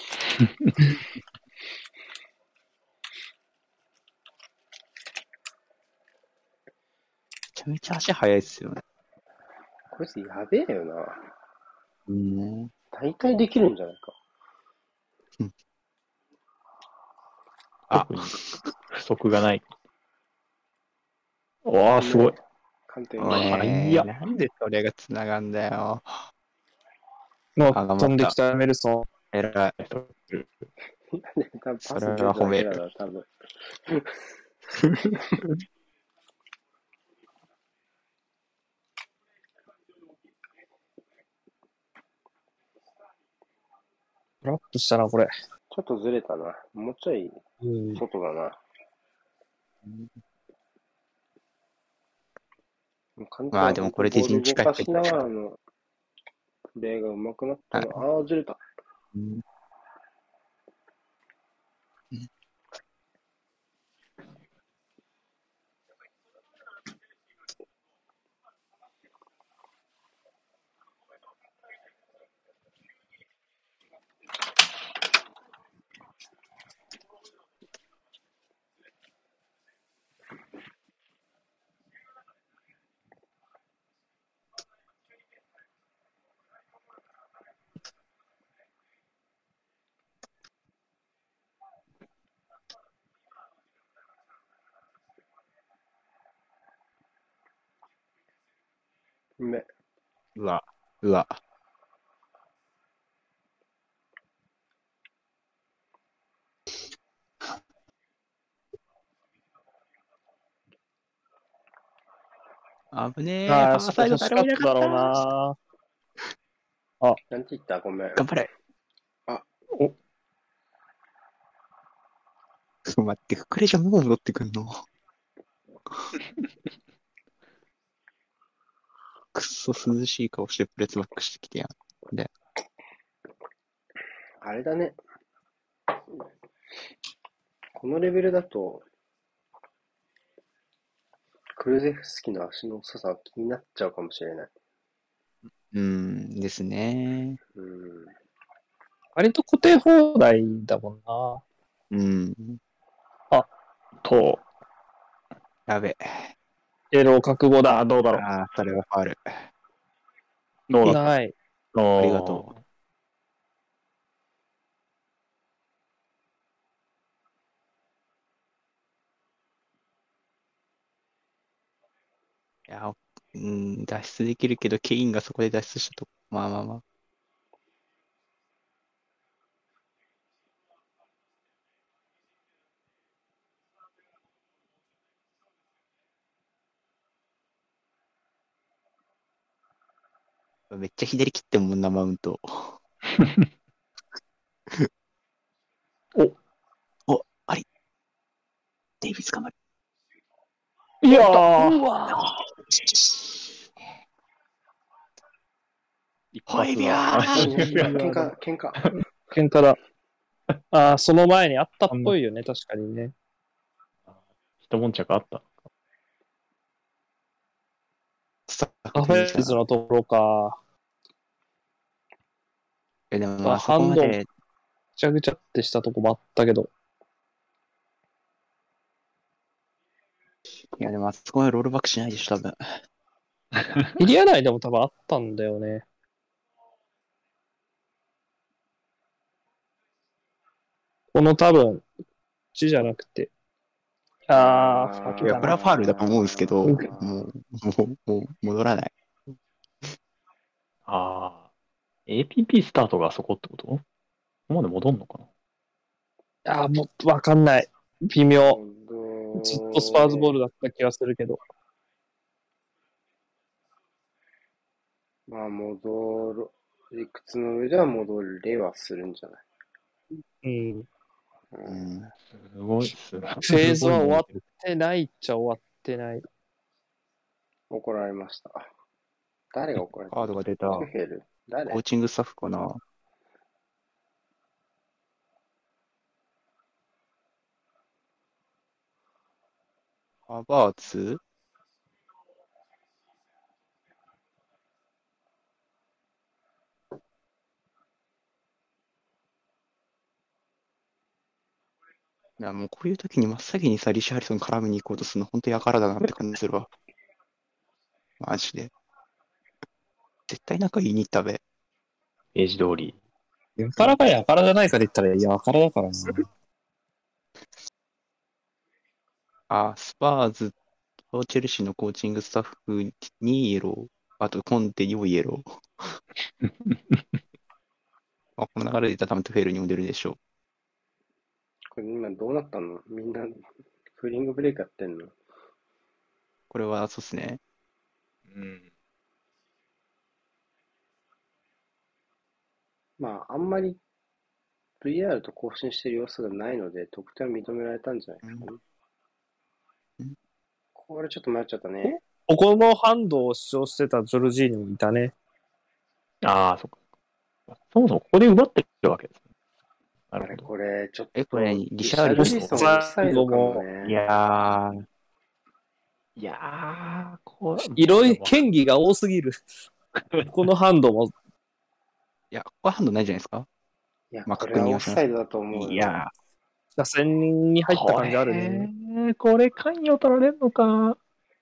めちゃめちゃ足速いっすよね。 こいつやべえよな。 うん。 大体できるんじゃないか。 あ特に不足がない。わあ、すごい。 簡単おに。 い、 いやなんでそれが繋がんだよ。 もあ頑張ったう飛んできたメルソン。 えらい。 多分パスそれは出た褒めるだけだな、多分。 トラップしたな、これ。 ちょっとずれたな。もうちょいうん。 外だな。簡単まあでもこれで陣地ボール動かしな帰ってきたがらのプレーが上手くなったの。ああ、ずれた。 うんうめ。 うわ、うわ。危ねえ、 ああ、 ファーそこサイド誰もい欲しかっただなかった。 ろうな。 なんて言ったごめん。 頑張れ。 お、 待って、クレジャーもう戻ってくんの。くっそ涼しい顔してプレスバックしてきてやん。で、 あれだね。このレベルだと、クルゼフスキの足の遅さは気になっちゃうかもしれない。 うーんですね。 うん。 割と固定放題だもんな。 うん。 と、 やべ。 エロ覚悟だ。どうだろああ、それはファウル。 う。 どうだったない。 あありがとう。 いや、うん、脱出できるけど、ケインがそこで脱出したとこ。まあまあまあ。めっちゃ左切ってんもんな、マウント。 お、 お、あり。デイビス頑張る。 いやー、 うわ一ホイビア発だ。 ー喧嘩、喧嘩。 喧嘩だ。ああ、その前にあったっぽいよね、確かにね。 一悶着あった。 スタッアフェーズのところか。 え、でもまあまあそこまハンドぐで、 ちゃぐちゃってしたとこもあったけど、 いやでもあそこまでロールバックしないでしょ、多分。 エリア内でも多分あったんだよね。この多分、こっちじゃなくて。あー、先いや、 だな。 これはファールだと思うんですけど、 うんもう、もう、もう戻らない。 ああ。エーピーピー スタートがあそこってこと？ここまで戻んのかな？ あー、もう、わかんない。微妙。 戻ずっとスパーズボールだった気がするけど。 まあ、戻る。理屈の上では戻れはするんじゃない？ うん。 う。 うんん。 すごい、すごい。 フェーズは終わっすごいてないっちゃ終わってない。 怒られました。誰が怒られたの？ カードが出た。 トゥヘルコー誰？ チングスタッフかな。ハバーツいや、もうこういう時に真っ先にさ、リシャーリソン絡みに行こうとするの、本当やからだなって感じするわ。マジで。絶対なんか言いに行ったべ。 ページ通り。 やからかやからじゃないかで言ったら、やからだからな。 あ、スパーズとチェルシーのコーチングスタッフにイエロー。あと、コンテにもイエロー。まあ、この流れでいったら多分トゥフェルにも出るでしょこれ今どうなったの？みんな、フリングブレイクやってんの？ う。これは、そうっすね。 うん。 まあ、あんまり ブイアール と更新してる様子がないので、得点は認められたんじゃないですかね。 うんこれちょっと迷っちゃったね。 ここのハンドを主張してたジョルジーニもいたね。 ああ、そっか。そもそもここで奪ってるわけですね。なあれ、 るほど。 これ、ちょっえ、こと、 れ、リリシャシャーリソンルリソンオフサイドかもいね。 やー、 いやー、こう、 いろいろでも権利が多すぎる。このハンドも、 いや、ここはハンドないじゃないですか。 いや、 まあ、 これはオ確認はします。 フサイドだと思うよ。 いや打線に入ったこ感じあるね。 れ、これ、関与取られるのか。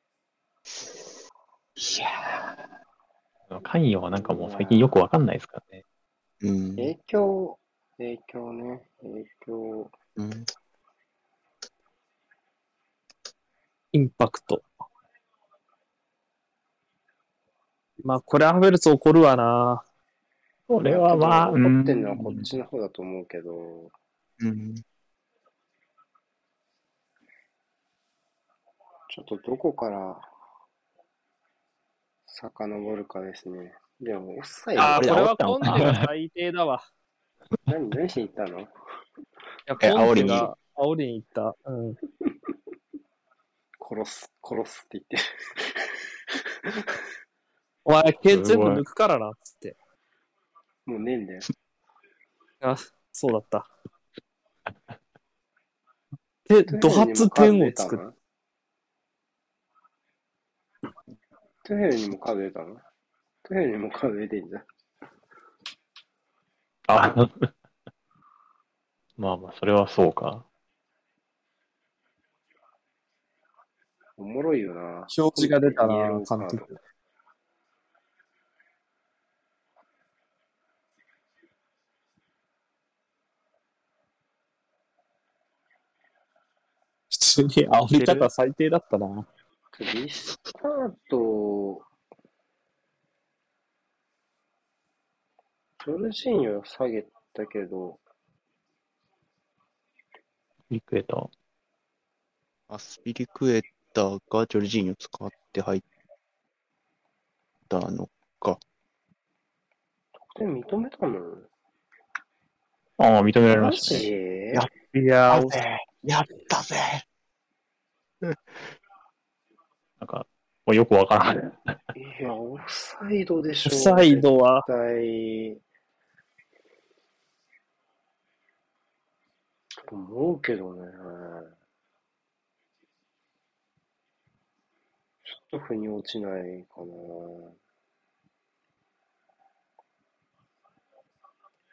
ー、いや関与はなんかもう最近よくわかんないですからね。 ー、うん、 影響、影響ね、影響。 うん。 インパクト。まあ、これハベルツ怒るわな。 これはまあ、ういやけど怒ってんのはん。 こっちの方だと思うけど、 うん。 ちょっとどこから遡るかですね。でも、オフサイドああ、 これでこれは煽ったのかコンテが最低だわ。 何、何しに行ったの？ いや、 えコンテ煽が煽りに行った。うん。 殺す、殺すって言ってる。 お前、毛すごい全部抜くからな、つって。 もうねえんだよ。 あ、そうだった。で、 トゥドヘルにもカー発点ド出たを作っの？トゥヘルにもカード出たの？トゥヘルにもカード出てんじゃん。 あ、まあまあ、それはそうか。 おもろいよな。 表示が出たなイエローカード。 監督。普通に煽り方最低だったな。 リスタート、ジョルジーニョ下げたけど、 リクエーター。 アスピリクエッターがジョルジーニョ使って入ったのか。 得点認めたの？ ああ、認められまマしたね。 ジ？ やっいやー、 たぜやったぜなんか、もうよくわからない。 いや、オフサイドでしょ。 オフサイドは、 絶対。と思うけどね。ちょっと腑に落ちないかな。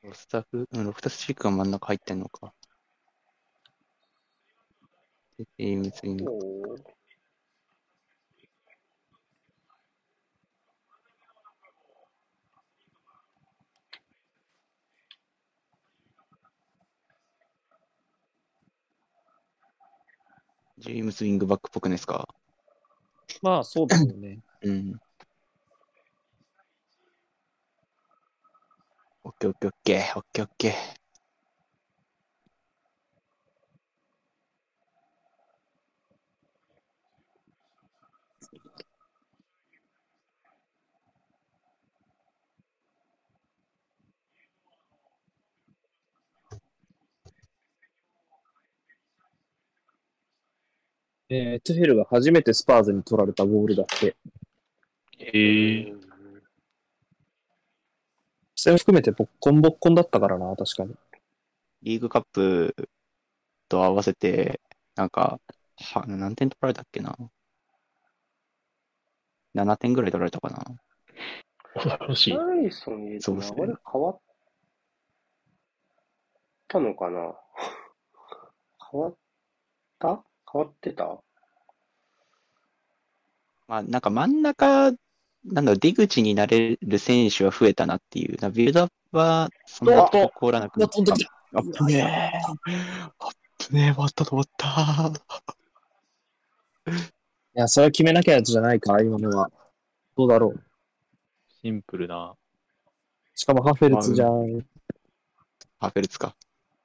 ロスタフ、うんロフタスチークが真ん中入ってんのか。でジェームズ・イング。 おージェームズ・イングバックっぽくないですか？ まあ、そうだろうね。 うん。オッケーオッケーオッケー、オッケーオッケー。 えー、トゥフェルが初めてスパーズに取られたボールだって。 へえ。 それも含めてボッコンボッコンだったからな、確かに。 リーグカップと合わせて、なんか、は何点取られたっけな？ なな 点ぐらい取られたかな？ 恐ろしい。 ハリソン入れて流れそうですね。 変わったのかな？変わった変わってたまあ、なんか真ん中、なんだろう、出口になれる選手は増えたなっていう。なビルドアップはそんなおっと滞らなくなっ飛んできた。 た。あっぶねー。あっぶねー、終わったと思った。 いや、それは決めなきゃやつじゃないか、今のは。どうだろう。 シンプルな。 しかもハフェルツじゃん。 ハフェルツか。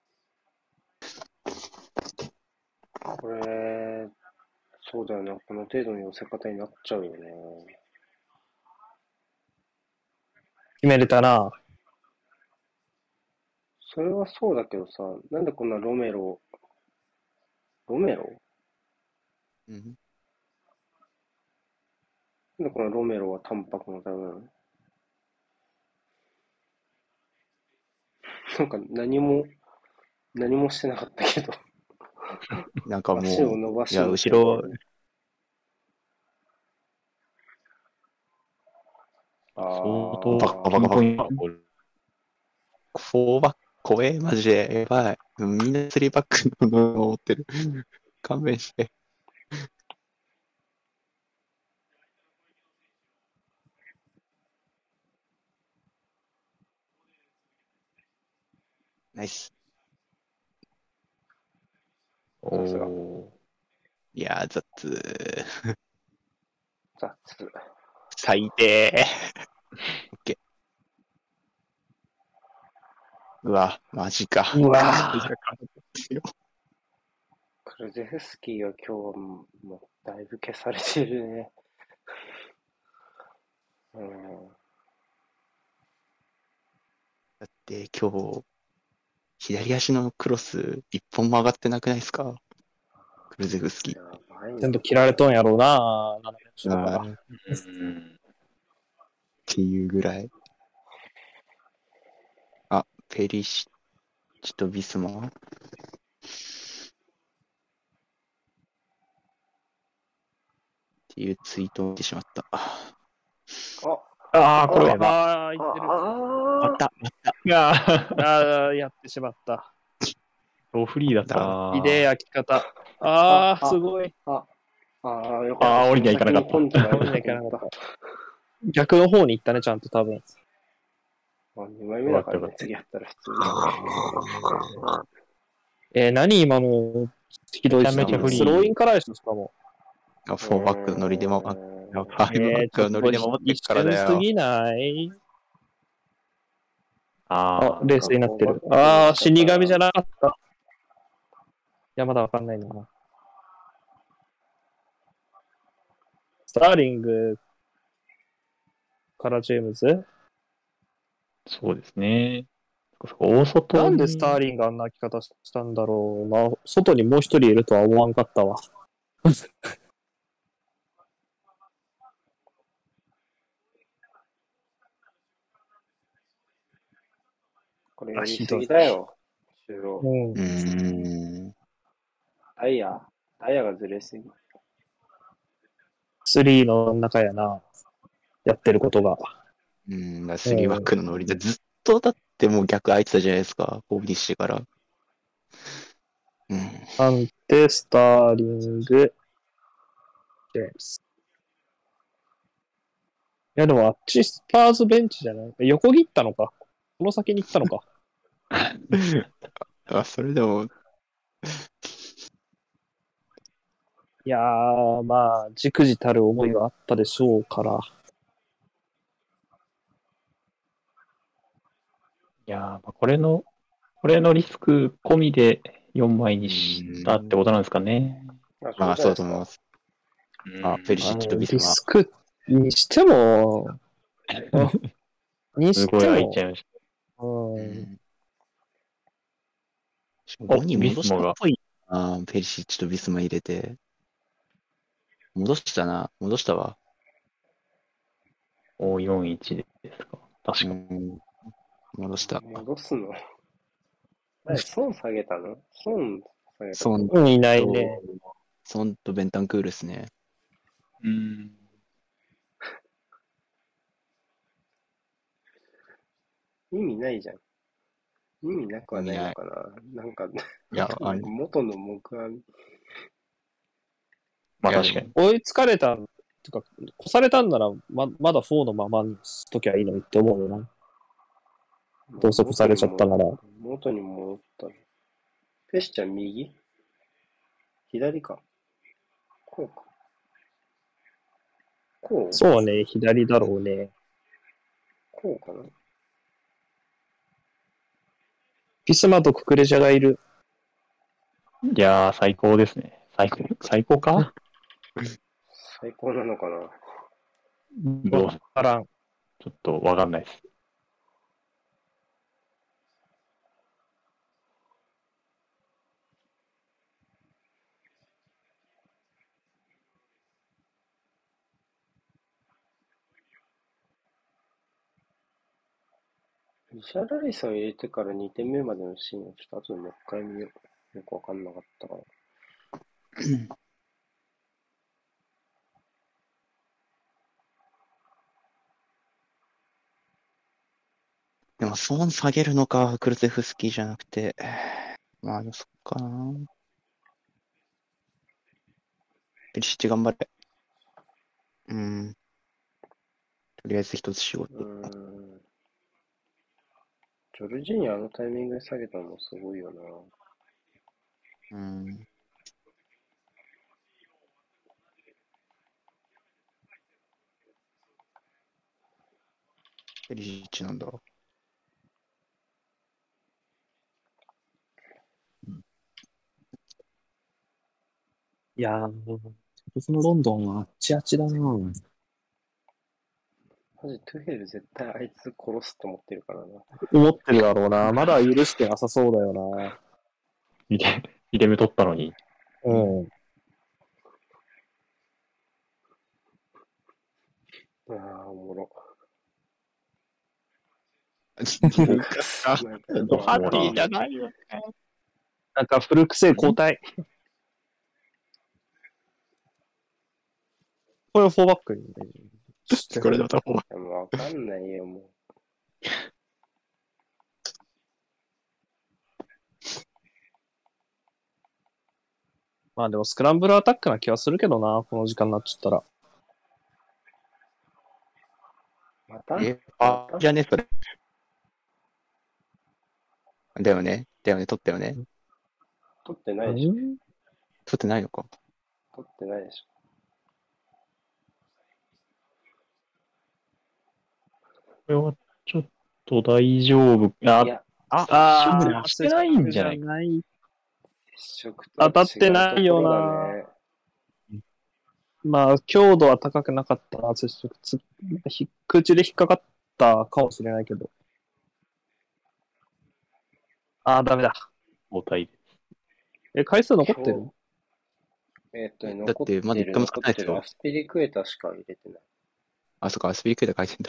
これ、そうだよな。この程度の寄せ方になっちゃうよね。 決めれたな。 それはそうだけどさ、なんでこんなロメロ、ロメロうん。 なんでこのロメロは淡白のためなの？なんか何も、何もしてなかったけど。 なんか足をもう、いや、 伸ばしに後ろ、 あ相当、 バカバカバカピンポイントなボール。 フォーバック、怖え、マジで、やばい。みんなスリーバックのの持ってる。勘弁して。ナイス。 おお。 いやー、雑。 雑。 最低。オッケー。うわ、マジか。 うわクルゼフスキーが今日はもうだいぶ消されてるね。うん。 だって今日、左足のクロス一本も上がってなくないですか？クルゼフスキー。 やばいな。 全部切られとんやろうな。なな選手だから。 あーっうん。 ていうぐらい。あ、ペリシッチとビスマっていうツイートを見てしまった。 あ、 ああ、これあは、あー、言ってる。 ああった、あった。 いやああ、やってしまった。 ローフリーだったな。 ひでえ焼き方。ああ、 あすごい。 あ、ああ、よかった。 あー降りには行かなかった先にポンチが降りには行かなかった。逆の方に行ったね、ちゃんと多分。 あ、にまいめだからね、次やったら普通に。 えー、何今のひどいしめちゃめちゃフリースローインからでしょ、しかも。 あフォーバックのノリでも、あ、ファイブバえー、 ックのノリで守ってっからだよ。 一瞬すぎないああ、ー冷静になってる。ああ、死神じゃなかった。いや、まだわかんないな。スターリングからジェームズそうですね。そこ大外なんでスターリリングあんな開き方したんだろうな。外にもう一人いるとは思わんかったわ。 これやりすぎだよ、収録。 うんう。ーん。 ダイヤダイヤがずれすぎ。 スリーの中やな。やってることが。 うん、スリーバックのノリでずっとだっってもう逆空いてたじゃないですか、攻撃してから。うん。 アンテ、スターリング、ジェームス。いや、でもあっちスパーズベンチじゃない横切ったのか。この先に行ったのか。 あ、それでも、 いやー、まあ、じくじたる思いがあったでしょうから。 いやー、まあこれの、これのリスク込みでよんまいにしたってことなんですかね。 あ、 まあそうじゃないですか。 そうと思います。 うんあ、ペリシッチとビスリマ。 スクにしても、にすごいしても、 空いちゃいましう、 うんん。 た。お、 ごにん戻しビスモが、 たっぽいな、ペリシッチとビスマ入れて。戻したな。戻したわ。 お、よんいちですか。確うか。 ん。戻した。 戻すのえ、損下げたの損下げたソンのうんいないと、 ね。 ソンとベンタンクールですね。 うん。 意味ないじゃん。意味なくはないの意味ない。 かな。なんか、 いや、あれ、い元の木阿弥。 や、 まあ確かに。 追いつかれた、とか、越されたんなら、ま、まだよんのままにしときゃいいのにって思うよな。どうせ越されちゃったなら。 元に戻ったの。ペシちゃん右左か。こうか。こうそうね、左だろうね。 こうかな。 ピスマとククレジャがいる。 いやー、最高ですね。最高、最高か最高なのかな。 どうわからん。 ちょっとわかんないです。 リシャルリソン入れてからにてんめまでのシーンをちょっと後でもう一回見よう。よくわかんなかったから。 でも、ソン下げるのか、クルゼフスキーじゃなくて。まあ、そっかな。ペリシッチ頑張れ。うん。とりあえず一つ仕う事。 ーん。ジョルジーニあのタイミングで下げたのもすごいよな。 うん。ペリシッチなんだ。 いやー、今年のロンドンはあっちあっちだな。 マジトゥヘル絶対あいつ殺すと思ってるからな。 思ってるだろうな。まだ許してなさそうだよな。 にてん、にてんめ取ったのに。 うん。 ああ、おもろ。 ルカスか。 なんかよくドハわかんないティじゃないよね。 なんか古くせえ交代。これをフォーバックに。 これだと思う。 いやもうわかんないよ、もまあでもスクランブルアタックな気はするけどな、この時間になっちゃったら。 う。またえ、あ、じゃね、それ。だよね。だよね、取ったよね。 取ってないでしょ。 うん取ってないのか。 取ってないでしょ。 これはちょっと大丈夫。あ、 いや、 あ、 あ接触してないんじゃないか。 ない。 接触と当たっは違うてないよところだな。 ね。 まあ、強度は高くなかったな、接触。つひ空中で引っかかったかもしれないけど。ああ、ダメだ。 交代で。 え、回数残ってる今日えーっとね、 だっ残っててる、 まだ一回も使残ってる。 ってないですよアスピリクエタしか入れてない。 あ、そっか、スピークで書いてんだ。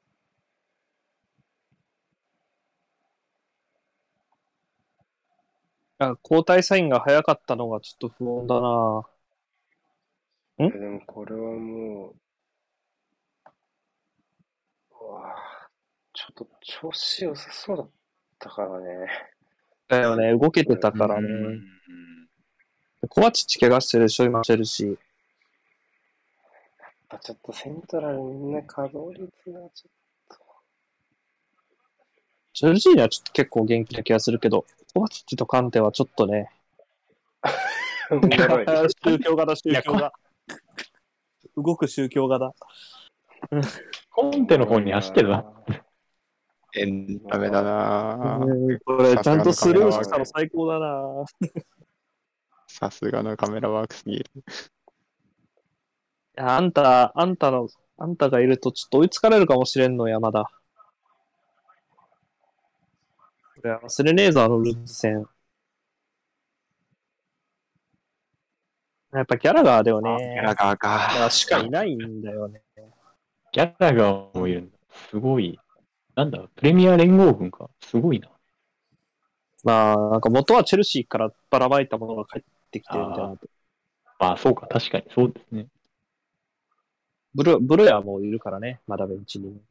あ交代サインが早かったのがちょっと不穏だな。んいやでもこれはもう、うわぁちょっと調子良さそうだったからね。 だよね、動けてたからうね。 んコバチッチ怪我してるでしょ、今してるし。 やっぱちょっとセントラルみんな稼働率がちょっチェルシーにはちょっと結構元気な気がするけど、コバチッチとカンテはちょっとね、 と、おもろい。 宗教型、宗いや教型。動く宗教型。 コンテの方に走ってるな。 エンタメだなぁ。 うんこれ、ちゃんとスルーしたの最高だな。 さすがのカメラワークすぎる。 いや、あんた、あんたの、あんたがいるとちょっと追いつかれるかもしれんのや、まだ。いや、忘れねえぞ、あのルーズ戦。やっぱギャラガーだよね。 ギャラガーだからか。 しかいないんだよね。 ギャラガーもいるんだ。すごい。なんだ、プレミア連合軍か。すごいな。 まあ、なんか元はチェルシーからばらまいたものが帰ってきてるみたいな。 まあ、そうか、確かに、そうですね。 ブル、ブルヤもいるからね、まだベンチに。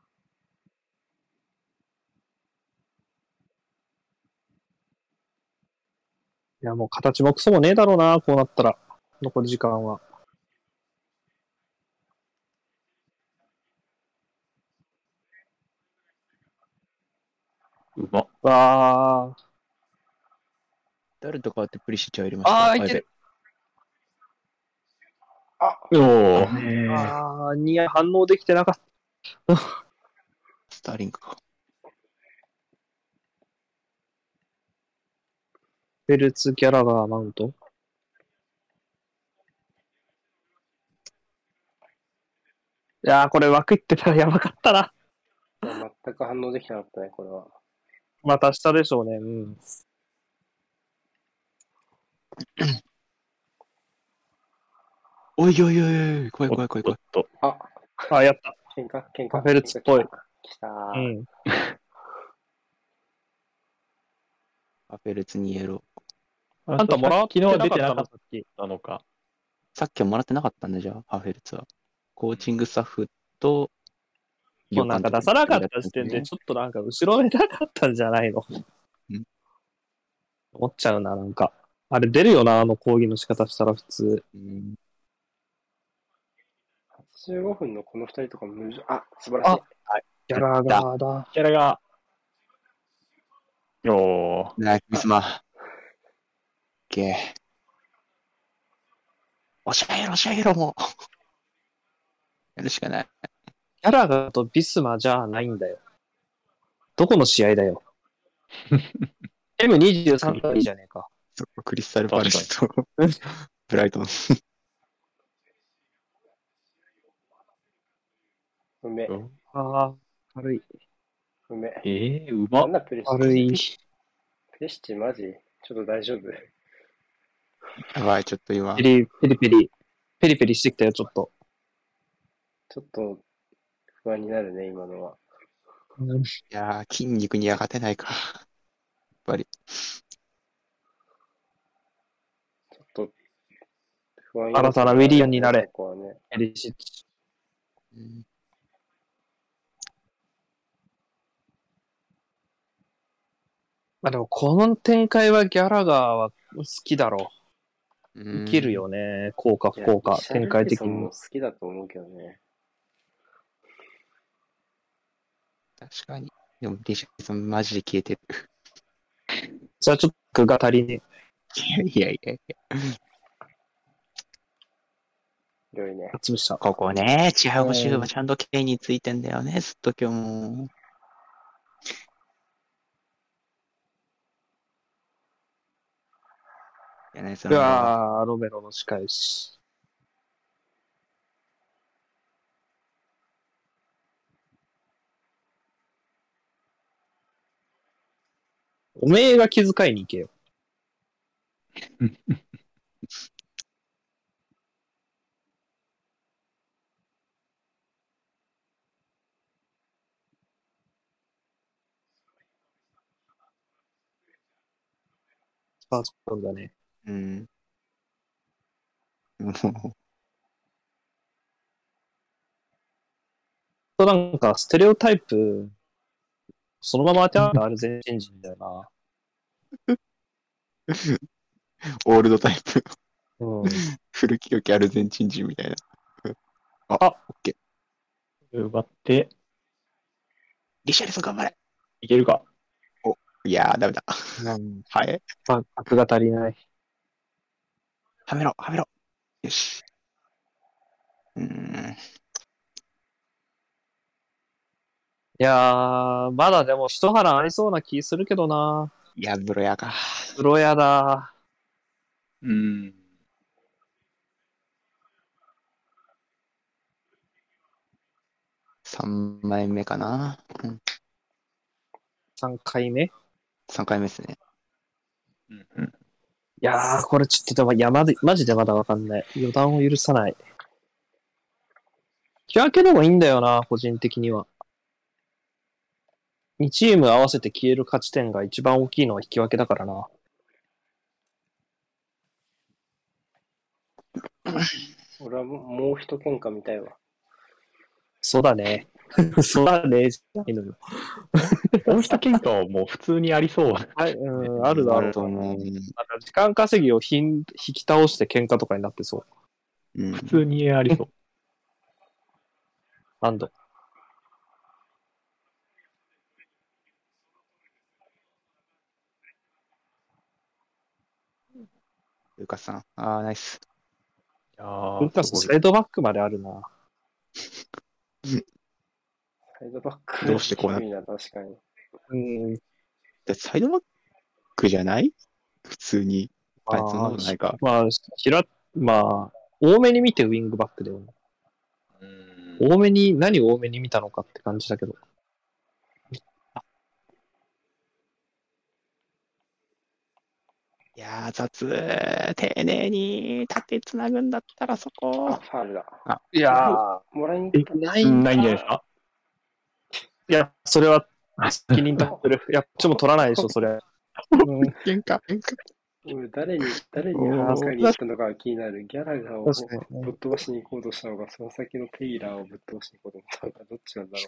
いや、もう形もクソもねえだろうな、こうなったら。残り時間は。 うまっ。 わー。 誰と変わってプリシッチ入りました。 あー、いける。 あ、 おー。 ねえあー、ニヤ反応できてなかった。 スターリングか。 ベルツ、ギャラガー、マウント。いやー、これ枠いってたらやばかったな。 いや全く反応できなかったね、これは。 また下でしょうね。うん。 おいおいおいおい、怖い怖い怖い怖い。 おっと。 あ、 あ、やった。 喧嘩喧嘩フェルツっぽい喧嘩来た。来たうー。 ん。 アペルツにイエロー。 ああんたもらって昨なかったの、 日出てなかっさっき。 たのか。 さっきはもらってなかったんだ、じゃあ、ハーフェルツは。コーチングスタッフと、 そう、なんか出さなかった時点で、 ねちょっとなんか後ろめたかったんじゃないのうん思っちゃうな、なんか。あれ出るよな、あの抗議の仕方したら普通。 うんはちじゅうごふんのこのふたりとか無情。あ、素晴らしい。 ギャラガーだ。 キャラが、よー。 ナイスミスマ。オッケー。押し上げろ、押し上げろ、もう。やるしかない。 ギャラガーとビスマじゃないんだよ。どこの試合だよ。エムにじゅうさん 回じゃねえか。 そこクリスタルパレスとブライトン。 うめ、 ああ、軽い。 うめ。 えー、うまっ。 なんだプレス軽い。 プレシッチマジちょっと大丈夫やばい、ちょっと今ペ。リ、ペリペリ、ペリペリしてきたよ、ちょっと。 ちょっと不安になるね、今のは。 うんいやー、筋肉には勝てないか。やっぱり。 ちょっと不安新たなウィリアンになれここはね。 ペリシッチ。 うんまあでも、この展開はギャラガーは好きだろう。 うん生きるよね。効果、不効果、展開的にリシャルリソンも。好きだと思うけどね。 確かに。でも、リシャルソンマジで消えてる。 じゃあちょっと具が足りねいやいやいや。 良いねえ。。潰した。 ここね、チアゴシューうんはちゃんと K についてんだよね、ずっと今日も。いやね、そいの、 やー、ロメロの仕返し。おめえが気遣いに行けよ。あ、そうだね。 うん。もうとなんか、ステレオタイプそのまま当てはまったアルゼンチン人だよな。 オールドタイプ。 うん。 古き良きアルゼンチン人みたいな。あ、 あオッケー。 奪って、 リシャルソン頑張れ。 いけるか。 いやー、ダメだ。 なんはい。 か、格が足りない。 はめろ、はめろ。よし。うーん。 いやー、まだでも一波乱ありそうな気するけどな。 いや、ブロヤか。 プロやだ。 うん。 さんまいめかな。うん、 さんかいめいさんかいめですね。 うんうん。 やー、これちょっとでも、いや、まで、マジでまだわかんない。予断を許さない。引き分けでもいいんだよな、個人的には。にチーム合わせて消える勝ち点が一番大きいのは引き分けだからな。 俺はもうもう一喧嘩見たいわ。 そうだね。そうだね、じゃないのよ。 もう一喧嘩はもう普通にありそう。 はい、うん、あるだあろう。 ると思う。 なんか時間稼ぎをひん引き倒して喧嘩とかになってそう。 うん。 普通にありそう。 なんだ。 ルカスさん。あー、ナイス。 いやールカスすごいサイドバックまであるな。 サイドバックどうしてこうなっ低いな、確かに。 うん。 でサイドバックじゃない普通に。 まあ、そんなことないか。 まあ、ひら、まあ、多めに見てウィングバックだよね。 うん。 多めに、何を多めに見たのかって感じだけど。 いやー、雑。丁寧に縦つなぐんだったらそあ、 こ。 ファールだ。 いやもらいに行った。 ないうんないんじゃないですか。 いや、それは責任取ってる。いや、こっちも取らないでしょ、それ。うん、 喧嘩、喧嘩。 俺、誰に、誰におー話しかに行ったのか気になる。ギャラガーを確かにねぶっ飛ばしに行こうとしたのか、その先のテイラーをぶっ飛ばしに行こうと思ったのか、どっちなんだろ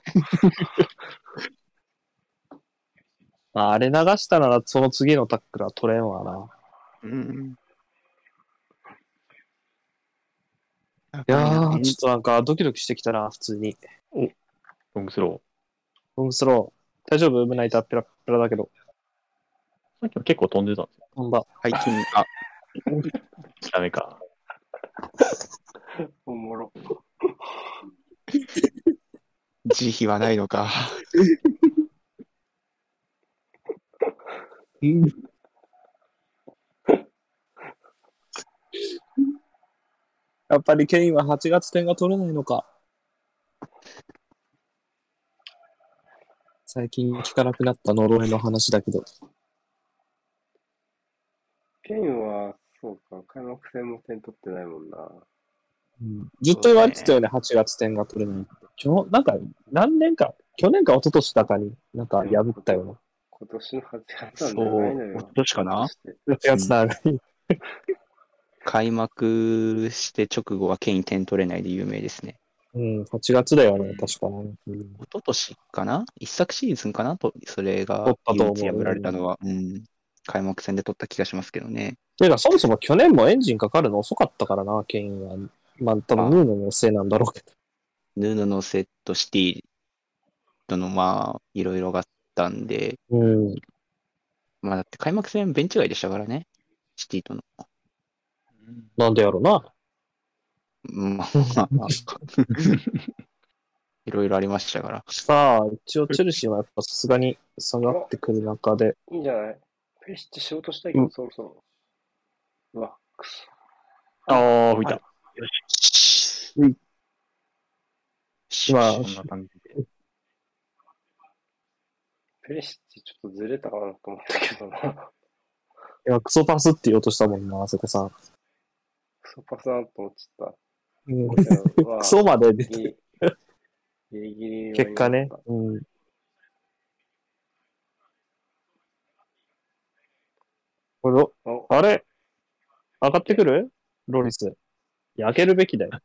まあ、あれ流したなら、その次のタックルは取れんわな。 うん。 いやー、ちょっとなんかドキドキしてきたな、普通に。 ロングスロロングスロー。大丈夫胸板ペラペラだけど。 ー。さっきも結構飛んでたんですよ。 飛んだ。 背筋、あ、 ダメか。 う。おもろ。 慈悲はないのか。 やっぱりケインははちがつ点が取れないのか。最近聞かなくなった呪いの話だけど。 ケインは、そうか、開幕戦も点取ってないもんな。 うんずっと言われてたよね、はちがつ点が取れないって。今日、なんか、何年か、去年か一昨年だかに、なんか破ったよね。 今年のはちがつはそう、 長いのよ。 一昨年かなそしてはちがつ長い。 開幕して直後はケイン点取れないで有名ですね。 うん、はちがつだよね、確かね。うん、 一昨年かな一昨シーズンかなと、それが取ったと思う唯一破られたのは、うん、開幕戦で取った気がしますけどね。 ていうか、そもそも去年もエンジンかかるの遅かったからな、ケインは。まあ、多分ヌーノのせいなんだろうけど。 ヌーノのセットシティとの、まあ、いろいろがあったんで、 うん。 まあ、だって開幕戦ベンチ外でしたからね、シティとの。 なんでやろうな。 まあ、まあ、いろいろありましたから。 さあ、一応チェルシーはやっぱさすがに下がってくる中で、 いいんじゃないペリシッチ仕事したいけど、 うんそろそろ。うわ、くそ。 ああ、吹いた。 よし。 うんまあこんな感じで。 ペリシッチちょっとずれたかなと思ったけどな。 いや、クソパスって言おうとしたもんな、あそこさん。 クソパスなと思っちゃっうん、 た。うわクソまで出てギリギリギリ結果ね。うん。これ、 お、 あれ上がってくるロリス。いや、上げるべきだよ。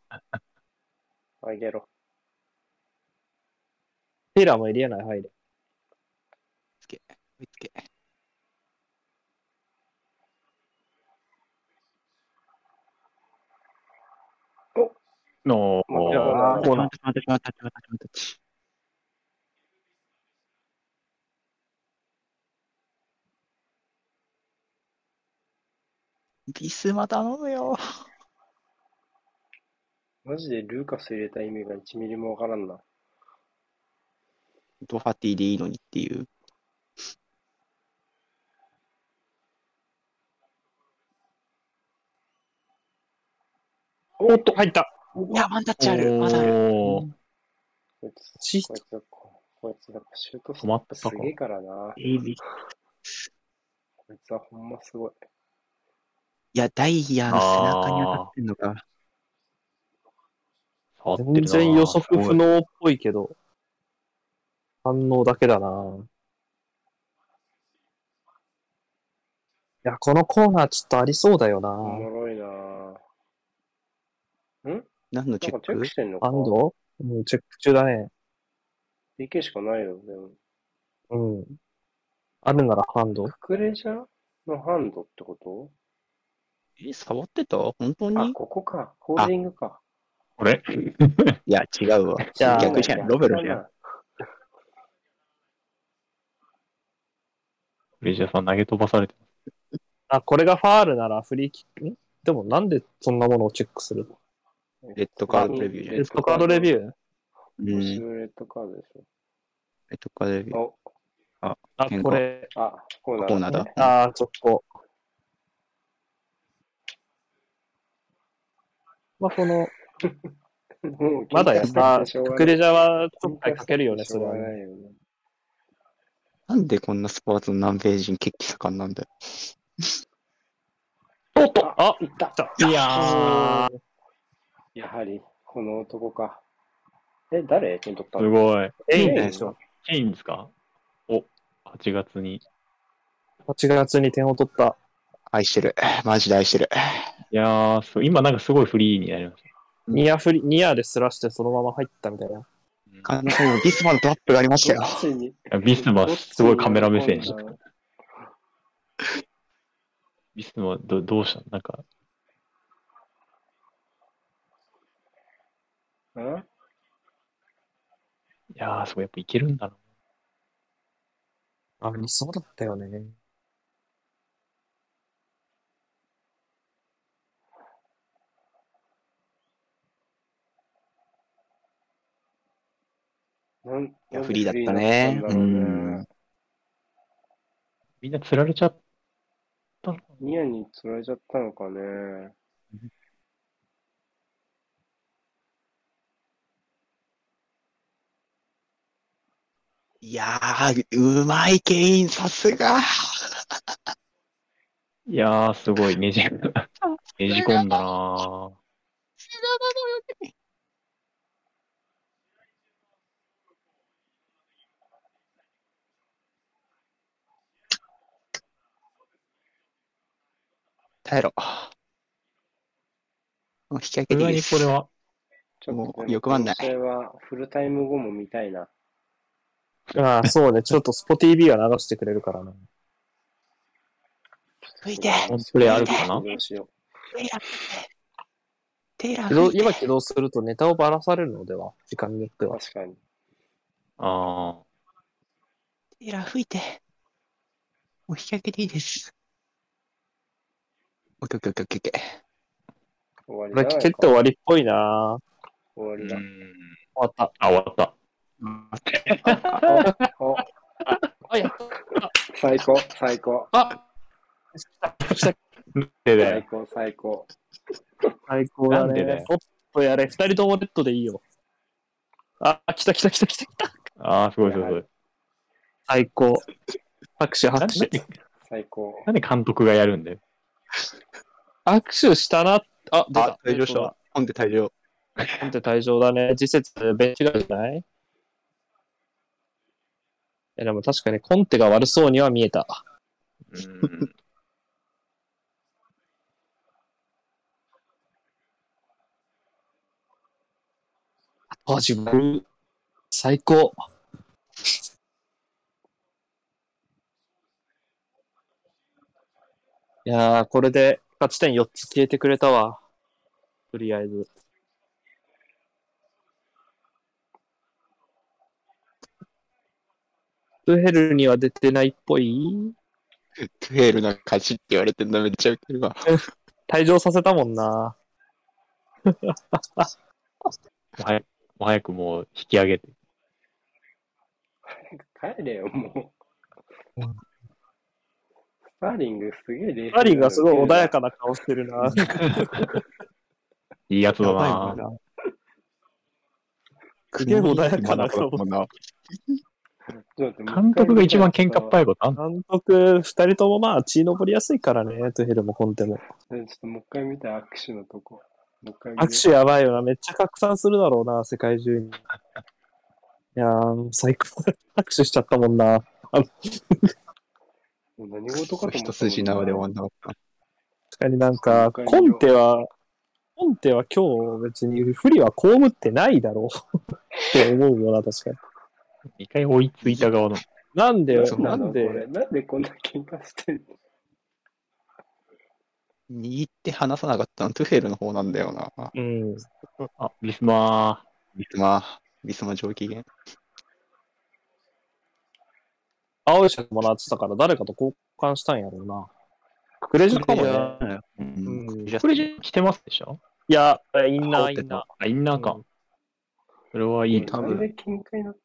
あげろ。 テイラーもエリア内入れ。 追いつけ。 のまいやあーコーナー待って待って待って待って待って待って。ビスマ頼むよ。 マジでルーカス入れた意味がいちミリもわからんな。 ドファティでいいのにっていう。 おっと、入った。 いや、ワンタッチある。まだある。 おー、 こいつ、 シーこいつはこ、こいつやっぱシュートス止まったかすげえからな。 エイビこいつはほんますごい。 いや、ダイヤの背中に当たってんのか。 全触ってるな然予測不い。 能っぽいけど、反応だけだな。いや、このコーナーちょっとありそうだよな。 おもろいなぁ。ん何のチェッなんかチェッククしてんのかハンドうん、チェック中だね。 ピーケー しかないよ、でも。 うん。あるならハンド。 ククレジャのハンドってことえ、触ってた本当あ、 にここか。ホールディングか。 これいや、違うわ。 じゃあ逆じゃん。ロベロじゃん。 ん。 レジャーさん投げ飛ばされてあ、これがファールならフリーキック。んでもなんでそんなものをチェックするのレッドカードレビューじゃないレッドカードレビューうん。レッ後ろレッドカードでしドカードレビュー。 ょ。 あ、 変更これ。 お、あ、コーナーコーナーだ。 あー、ちょっと。まあ、この、 もうまだやった、ククレジジャはちょっかいかけるよね、それはしょうがないね。 よね。 なんでこんなスポーツの南米人血気盛んなんだよ。 おっとあいったいやー、 やはり、この男か。え、誰点取ったのすごい。 えいケインでしょ。 ケインですか？お、はちがつに。 はちがつに点を取った。 愛してる。マジで愛してる。 いやー、そう今なんかすごいフリーになりましニアフリ、ニアですらしてそのまま入ったみたいな。 あの最後、ビスマのトラップがありましたよど。っちにた。ビスマ、すごいカメラ目線してどっちにビスマ、どどうしたのなんか、 乗り込んだんいやー、そうやっぱいけるんだろあ、理想だったよね。 なんいや、 なんフリーだったでフリーになったね。うんだろうん。 ね。 みんな釣られちゃったのかニアに釣られちゃったのかね。 いやー、うまい、ケイン、さすが。 いやー、すごい、ねじ、ねじ込んだなー。 耐えろ。もう引き上げていいさすがです。 にこれは、 ちょっともうでもこの欲張んない試合はフルタイム後も見たいな。 ああ、そうね。ちょっとスポ ティービー は流してくれるからな。 吹いてオンプレイあるかなどうしよテイラー吹いて。テイラー起動吹いて。 今起動するとネタをばらされるのでは時間によってう。 は。 確かに。 あテイラー吹いて。もう引き上げていいです。オッケーオッケーオッケーオッケー。 終わりこれじゃないか。 蹴って終わりっぽいなー。う終わりだ。 ん。 終わった。 あ、終わった。 お、お、 あ、やった。 最高、最高。 あ来た手で、 最高、最高。 最高だねなんでだよ。 ポッとやれ。二人ともレッドでいいよ。あ、来た来た来た来た来た。 あー、すごいすごいすごい。 最高。拍手ななん拍手。 で、 最高。 なんで監督がやるんだよ。 握手したな。あ、出あた。、 退場した。ほんで退場。 なんて退場だね。次節ベンチ外じゃないえ、でも確かにコンテが悪そうには見えた。 うん。 あ、自分、最高。 いやー、これで勝ち点よっつ消えてくれたわ。とりあえず。トゥヘルには出てないっぽい。 トゥヘルな勝ちって言われてんのめっちゃウケるわ。 退場させたもんな。 もう早く、もう早くもう引き上げて。 帰れよ、もう。 うんスターリングすげえ冷静スターリンがすごい穏やか。 かな顔してるな。 いいやつだやばいもんな。 な。すげえ穏やかな顔。 もな。 ちょっと待って監督が一番喧嘩っ早いことあんの？ 監督、二人ともまあ血登りやすいからね、トゥヘルもコンテも。 ちょっともう一回見た握手のとこ。もう一回見て。 握手やばいよな。めっちゃ拡散するだろうな、世界中に。いやー、最高。握手しちゃったもんな。あのもう何事かと思ったもんな。 一筋縄で終わんなかった。 確かになんか、コンテは、コンテは今日別に不利は被ってないだろうって思うよな、確かに。 一回追いついた側の。 なんで、 そうなんなのこれで、 なんでこんな喧嘩してんの？ 握って離さなかったのトゥヘルの方なんだよな。 うん。 あ、ビスマビスマ、ビスマ上機嫌。 青いシャツもらってたから誰かと交換したんやろうな。クレジャーかもね。 う。 うんん。 ー。これじゃ着てますでしょ？ いや、インナー、 羽織ってたインナー。 あ、インナーか。 うんそれはいいね。 多分なんで喧嘩になっ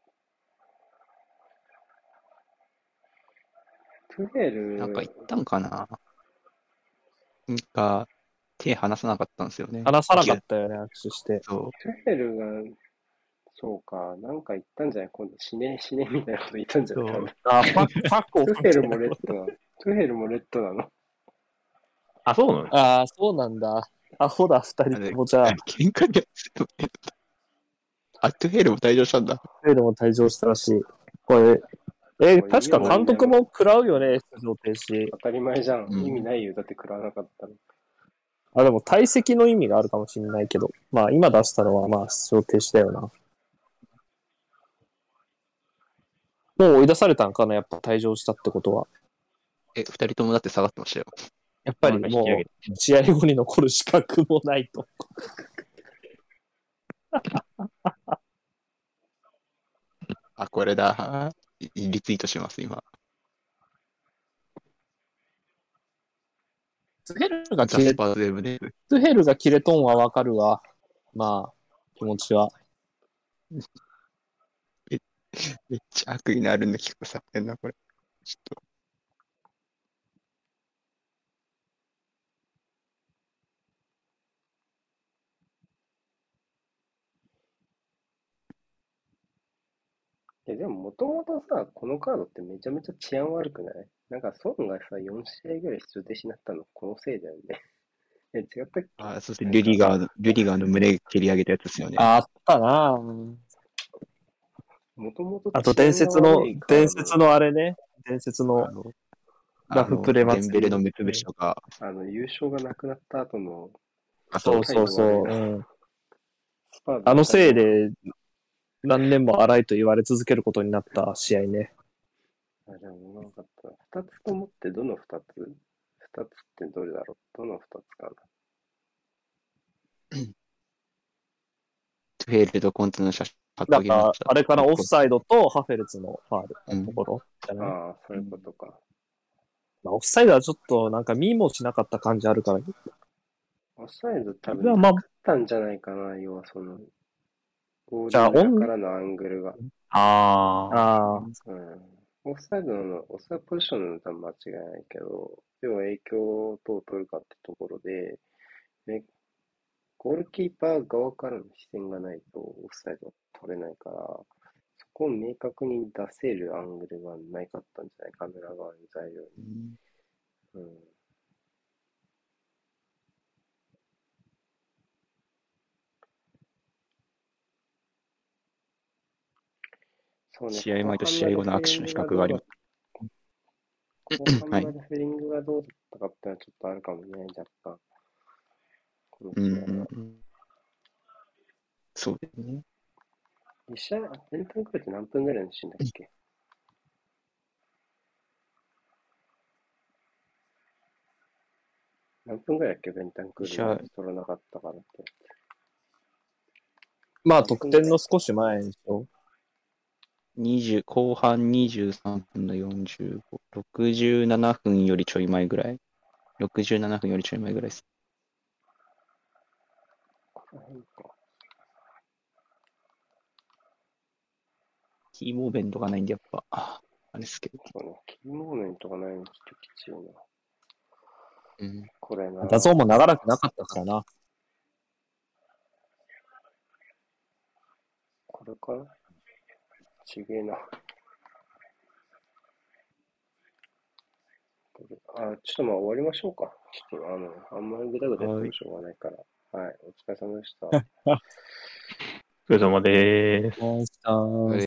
トゥヘル、 なんか言ったんかな。なんか、手離さなかったんですよね。 話さなかったよね、握手して。 そう。 トゥヘルが、そうか、なんか言ったんじゃない？今度死ね、死ねみたいなこと言ったんじゃない？ そうあ、ファック、ファックをトゥヘルもレッドなの。トゥヘルもレッドなの。 あ、そうなの？ ああ、そうなんだ。アホだ、二人ともじゃあ、 喧嘩で。あ、トゥヘルも退場したんだ。 トゥヘルも退場したらしい。これ、え、確か監督も食らうよね、出場停止。 当たり前じゃん。 うん意味ないよ。だって食らわなかったの。 あ、でも退席の意味があるかもしれないけど、まあ今出したのはまあ出場停止だよな。もう追い出されたんかな、やっぱ退場したってことは。 え、二人ともだって下がってましたよ。 やっぱりなんか引き上もげて。 う試合後に残る資格もないと。 あ、これだ。いリツイートします、今。 トゥヘルがザ・切れ、 スパーズウェブで。 トゥヘルが切れとんはわかるわ。まあ、気持ちは。 めっちゃ悪意のあるんで聞くさってんな、これ。ちょっえ、でももともとさ、このカードってめちゃめちゃ治安悪くない？なんかソンがさ、よん試合ぐらい出場停止になったのこのせいだよね。え、違ったっけ？ とあ、そしてルディガーの、ルディガーの胸蹴り上げたやつですよね。 あったなぁ。 もともとあと伝説の、伝説のあれね。伝説のあの、 ラフプレあの祭りデンベレの目つぶしとか、 あの、優勝がなくなった後の、 あそうそうそう。 態度悪いなうん、 スパーズあのせいで何年も荒いと言われ続けることになった試合ね。 あ、じゃあもうなかった。二つともってどの二つ？二つってどれだろう？どの二つかな？ トゥヘルとコンテの写真貼ってだからおきまし、た。 あれかな、オフサイドとハフェルツのファールうんのところじゃない、 ああ、そういうことか。 まあ、オフサイドはちょっとなんか見もしなかった感じあるから、 オフサイド多うわまあ分なかったんじゃないかな、要はその、ゴじゃあール裏からのアングルが。 ああ。 ああ、 うん。オフサイドの、オフサイドポジションの多分間違いないけど、要は影響をどう取るかってところで、ね、ゴールキーパー側からの視線がないとオフサイドは取れないから、そこを明確に出せるアングルがないかったんじゃない？カメラ側の材料うに。 んうん。そうね、 試合前と試合後の握手の比較があります。 後半のレフェリングがどうだったかっていうのはちょっとあるかもね、若干。このうん試合は。 うん。そうですね。 一試合、全体くらいって何分ぐらいのシーンだっけ？ 何分ぐらいだっけ、ベンタンクールじゃあの取らなかったからって。 まあ、得点の少し前でしょ。 にじゅう後半にじゅうさんぷんのよんじゅうご、ろくじゅうななふんよりちょい前ぐらい。ろくじゅうななふんよりちょい前ぐらいです。 この辺か。 キーモーベントがないんで、やっぱ、ああれですけど。 そうね、キーモーメントがないのちょっときついな。 うん。 これな。 画像も長らくなかったからな。 これかなちげえな。あ、ちょっとまあ終わりましょうか。ちょっとあの、あんまりぐだぐだやってもしょうがないから。はい、お疲れ様でした。 お疲れ様でーす。 もうさ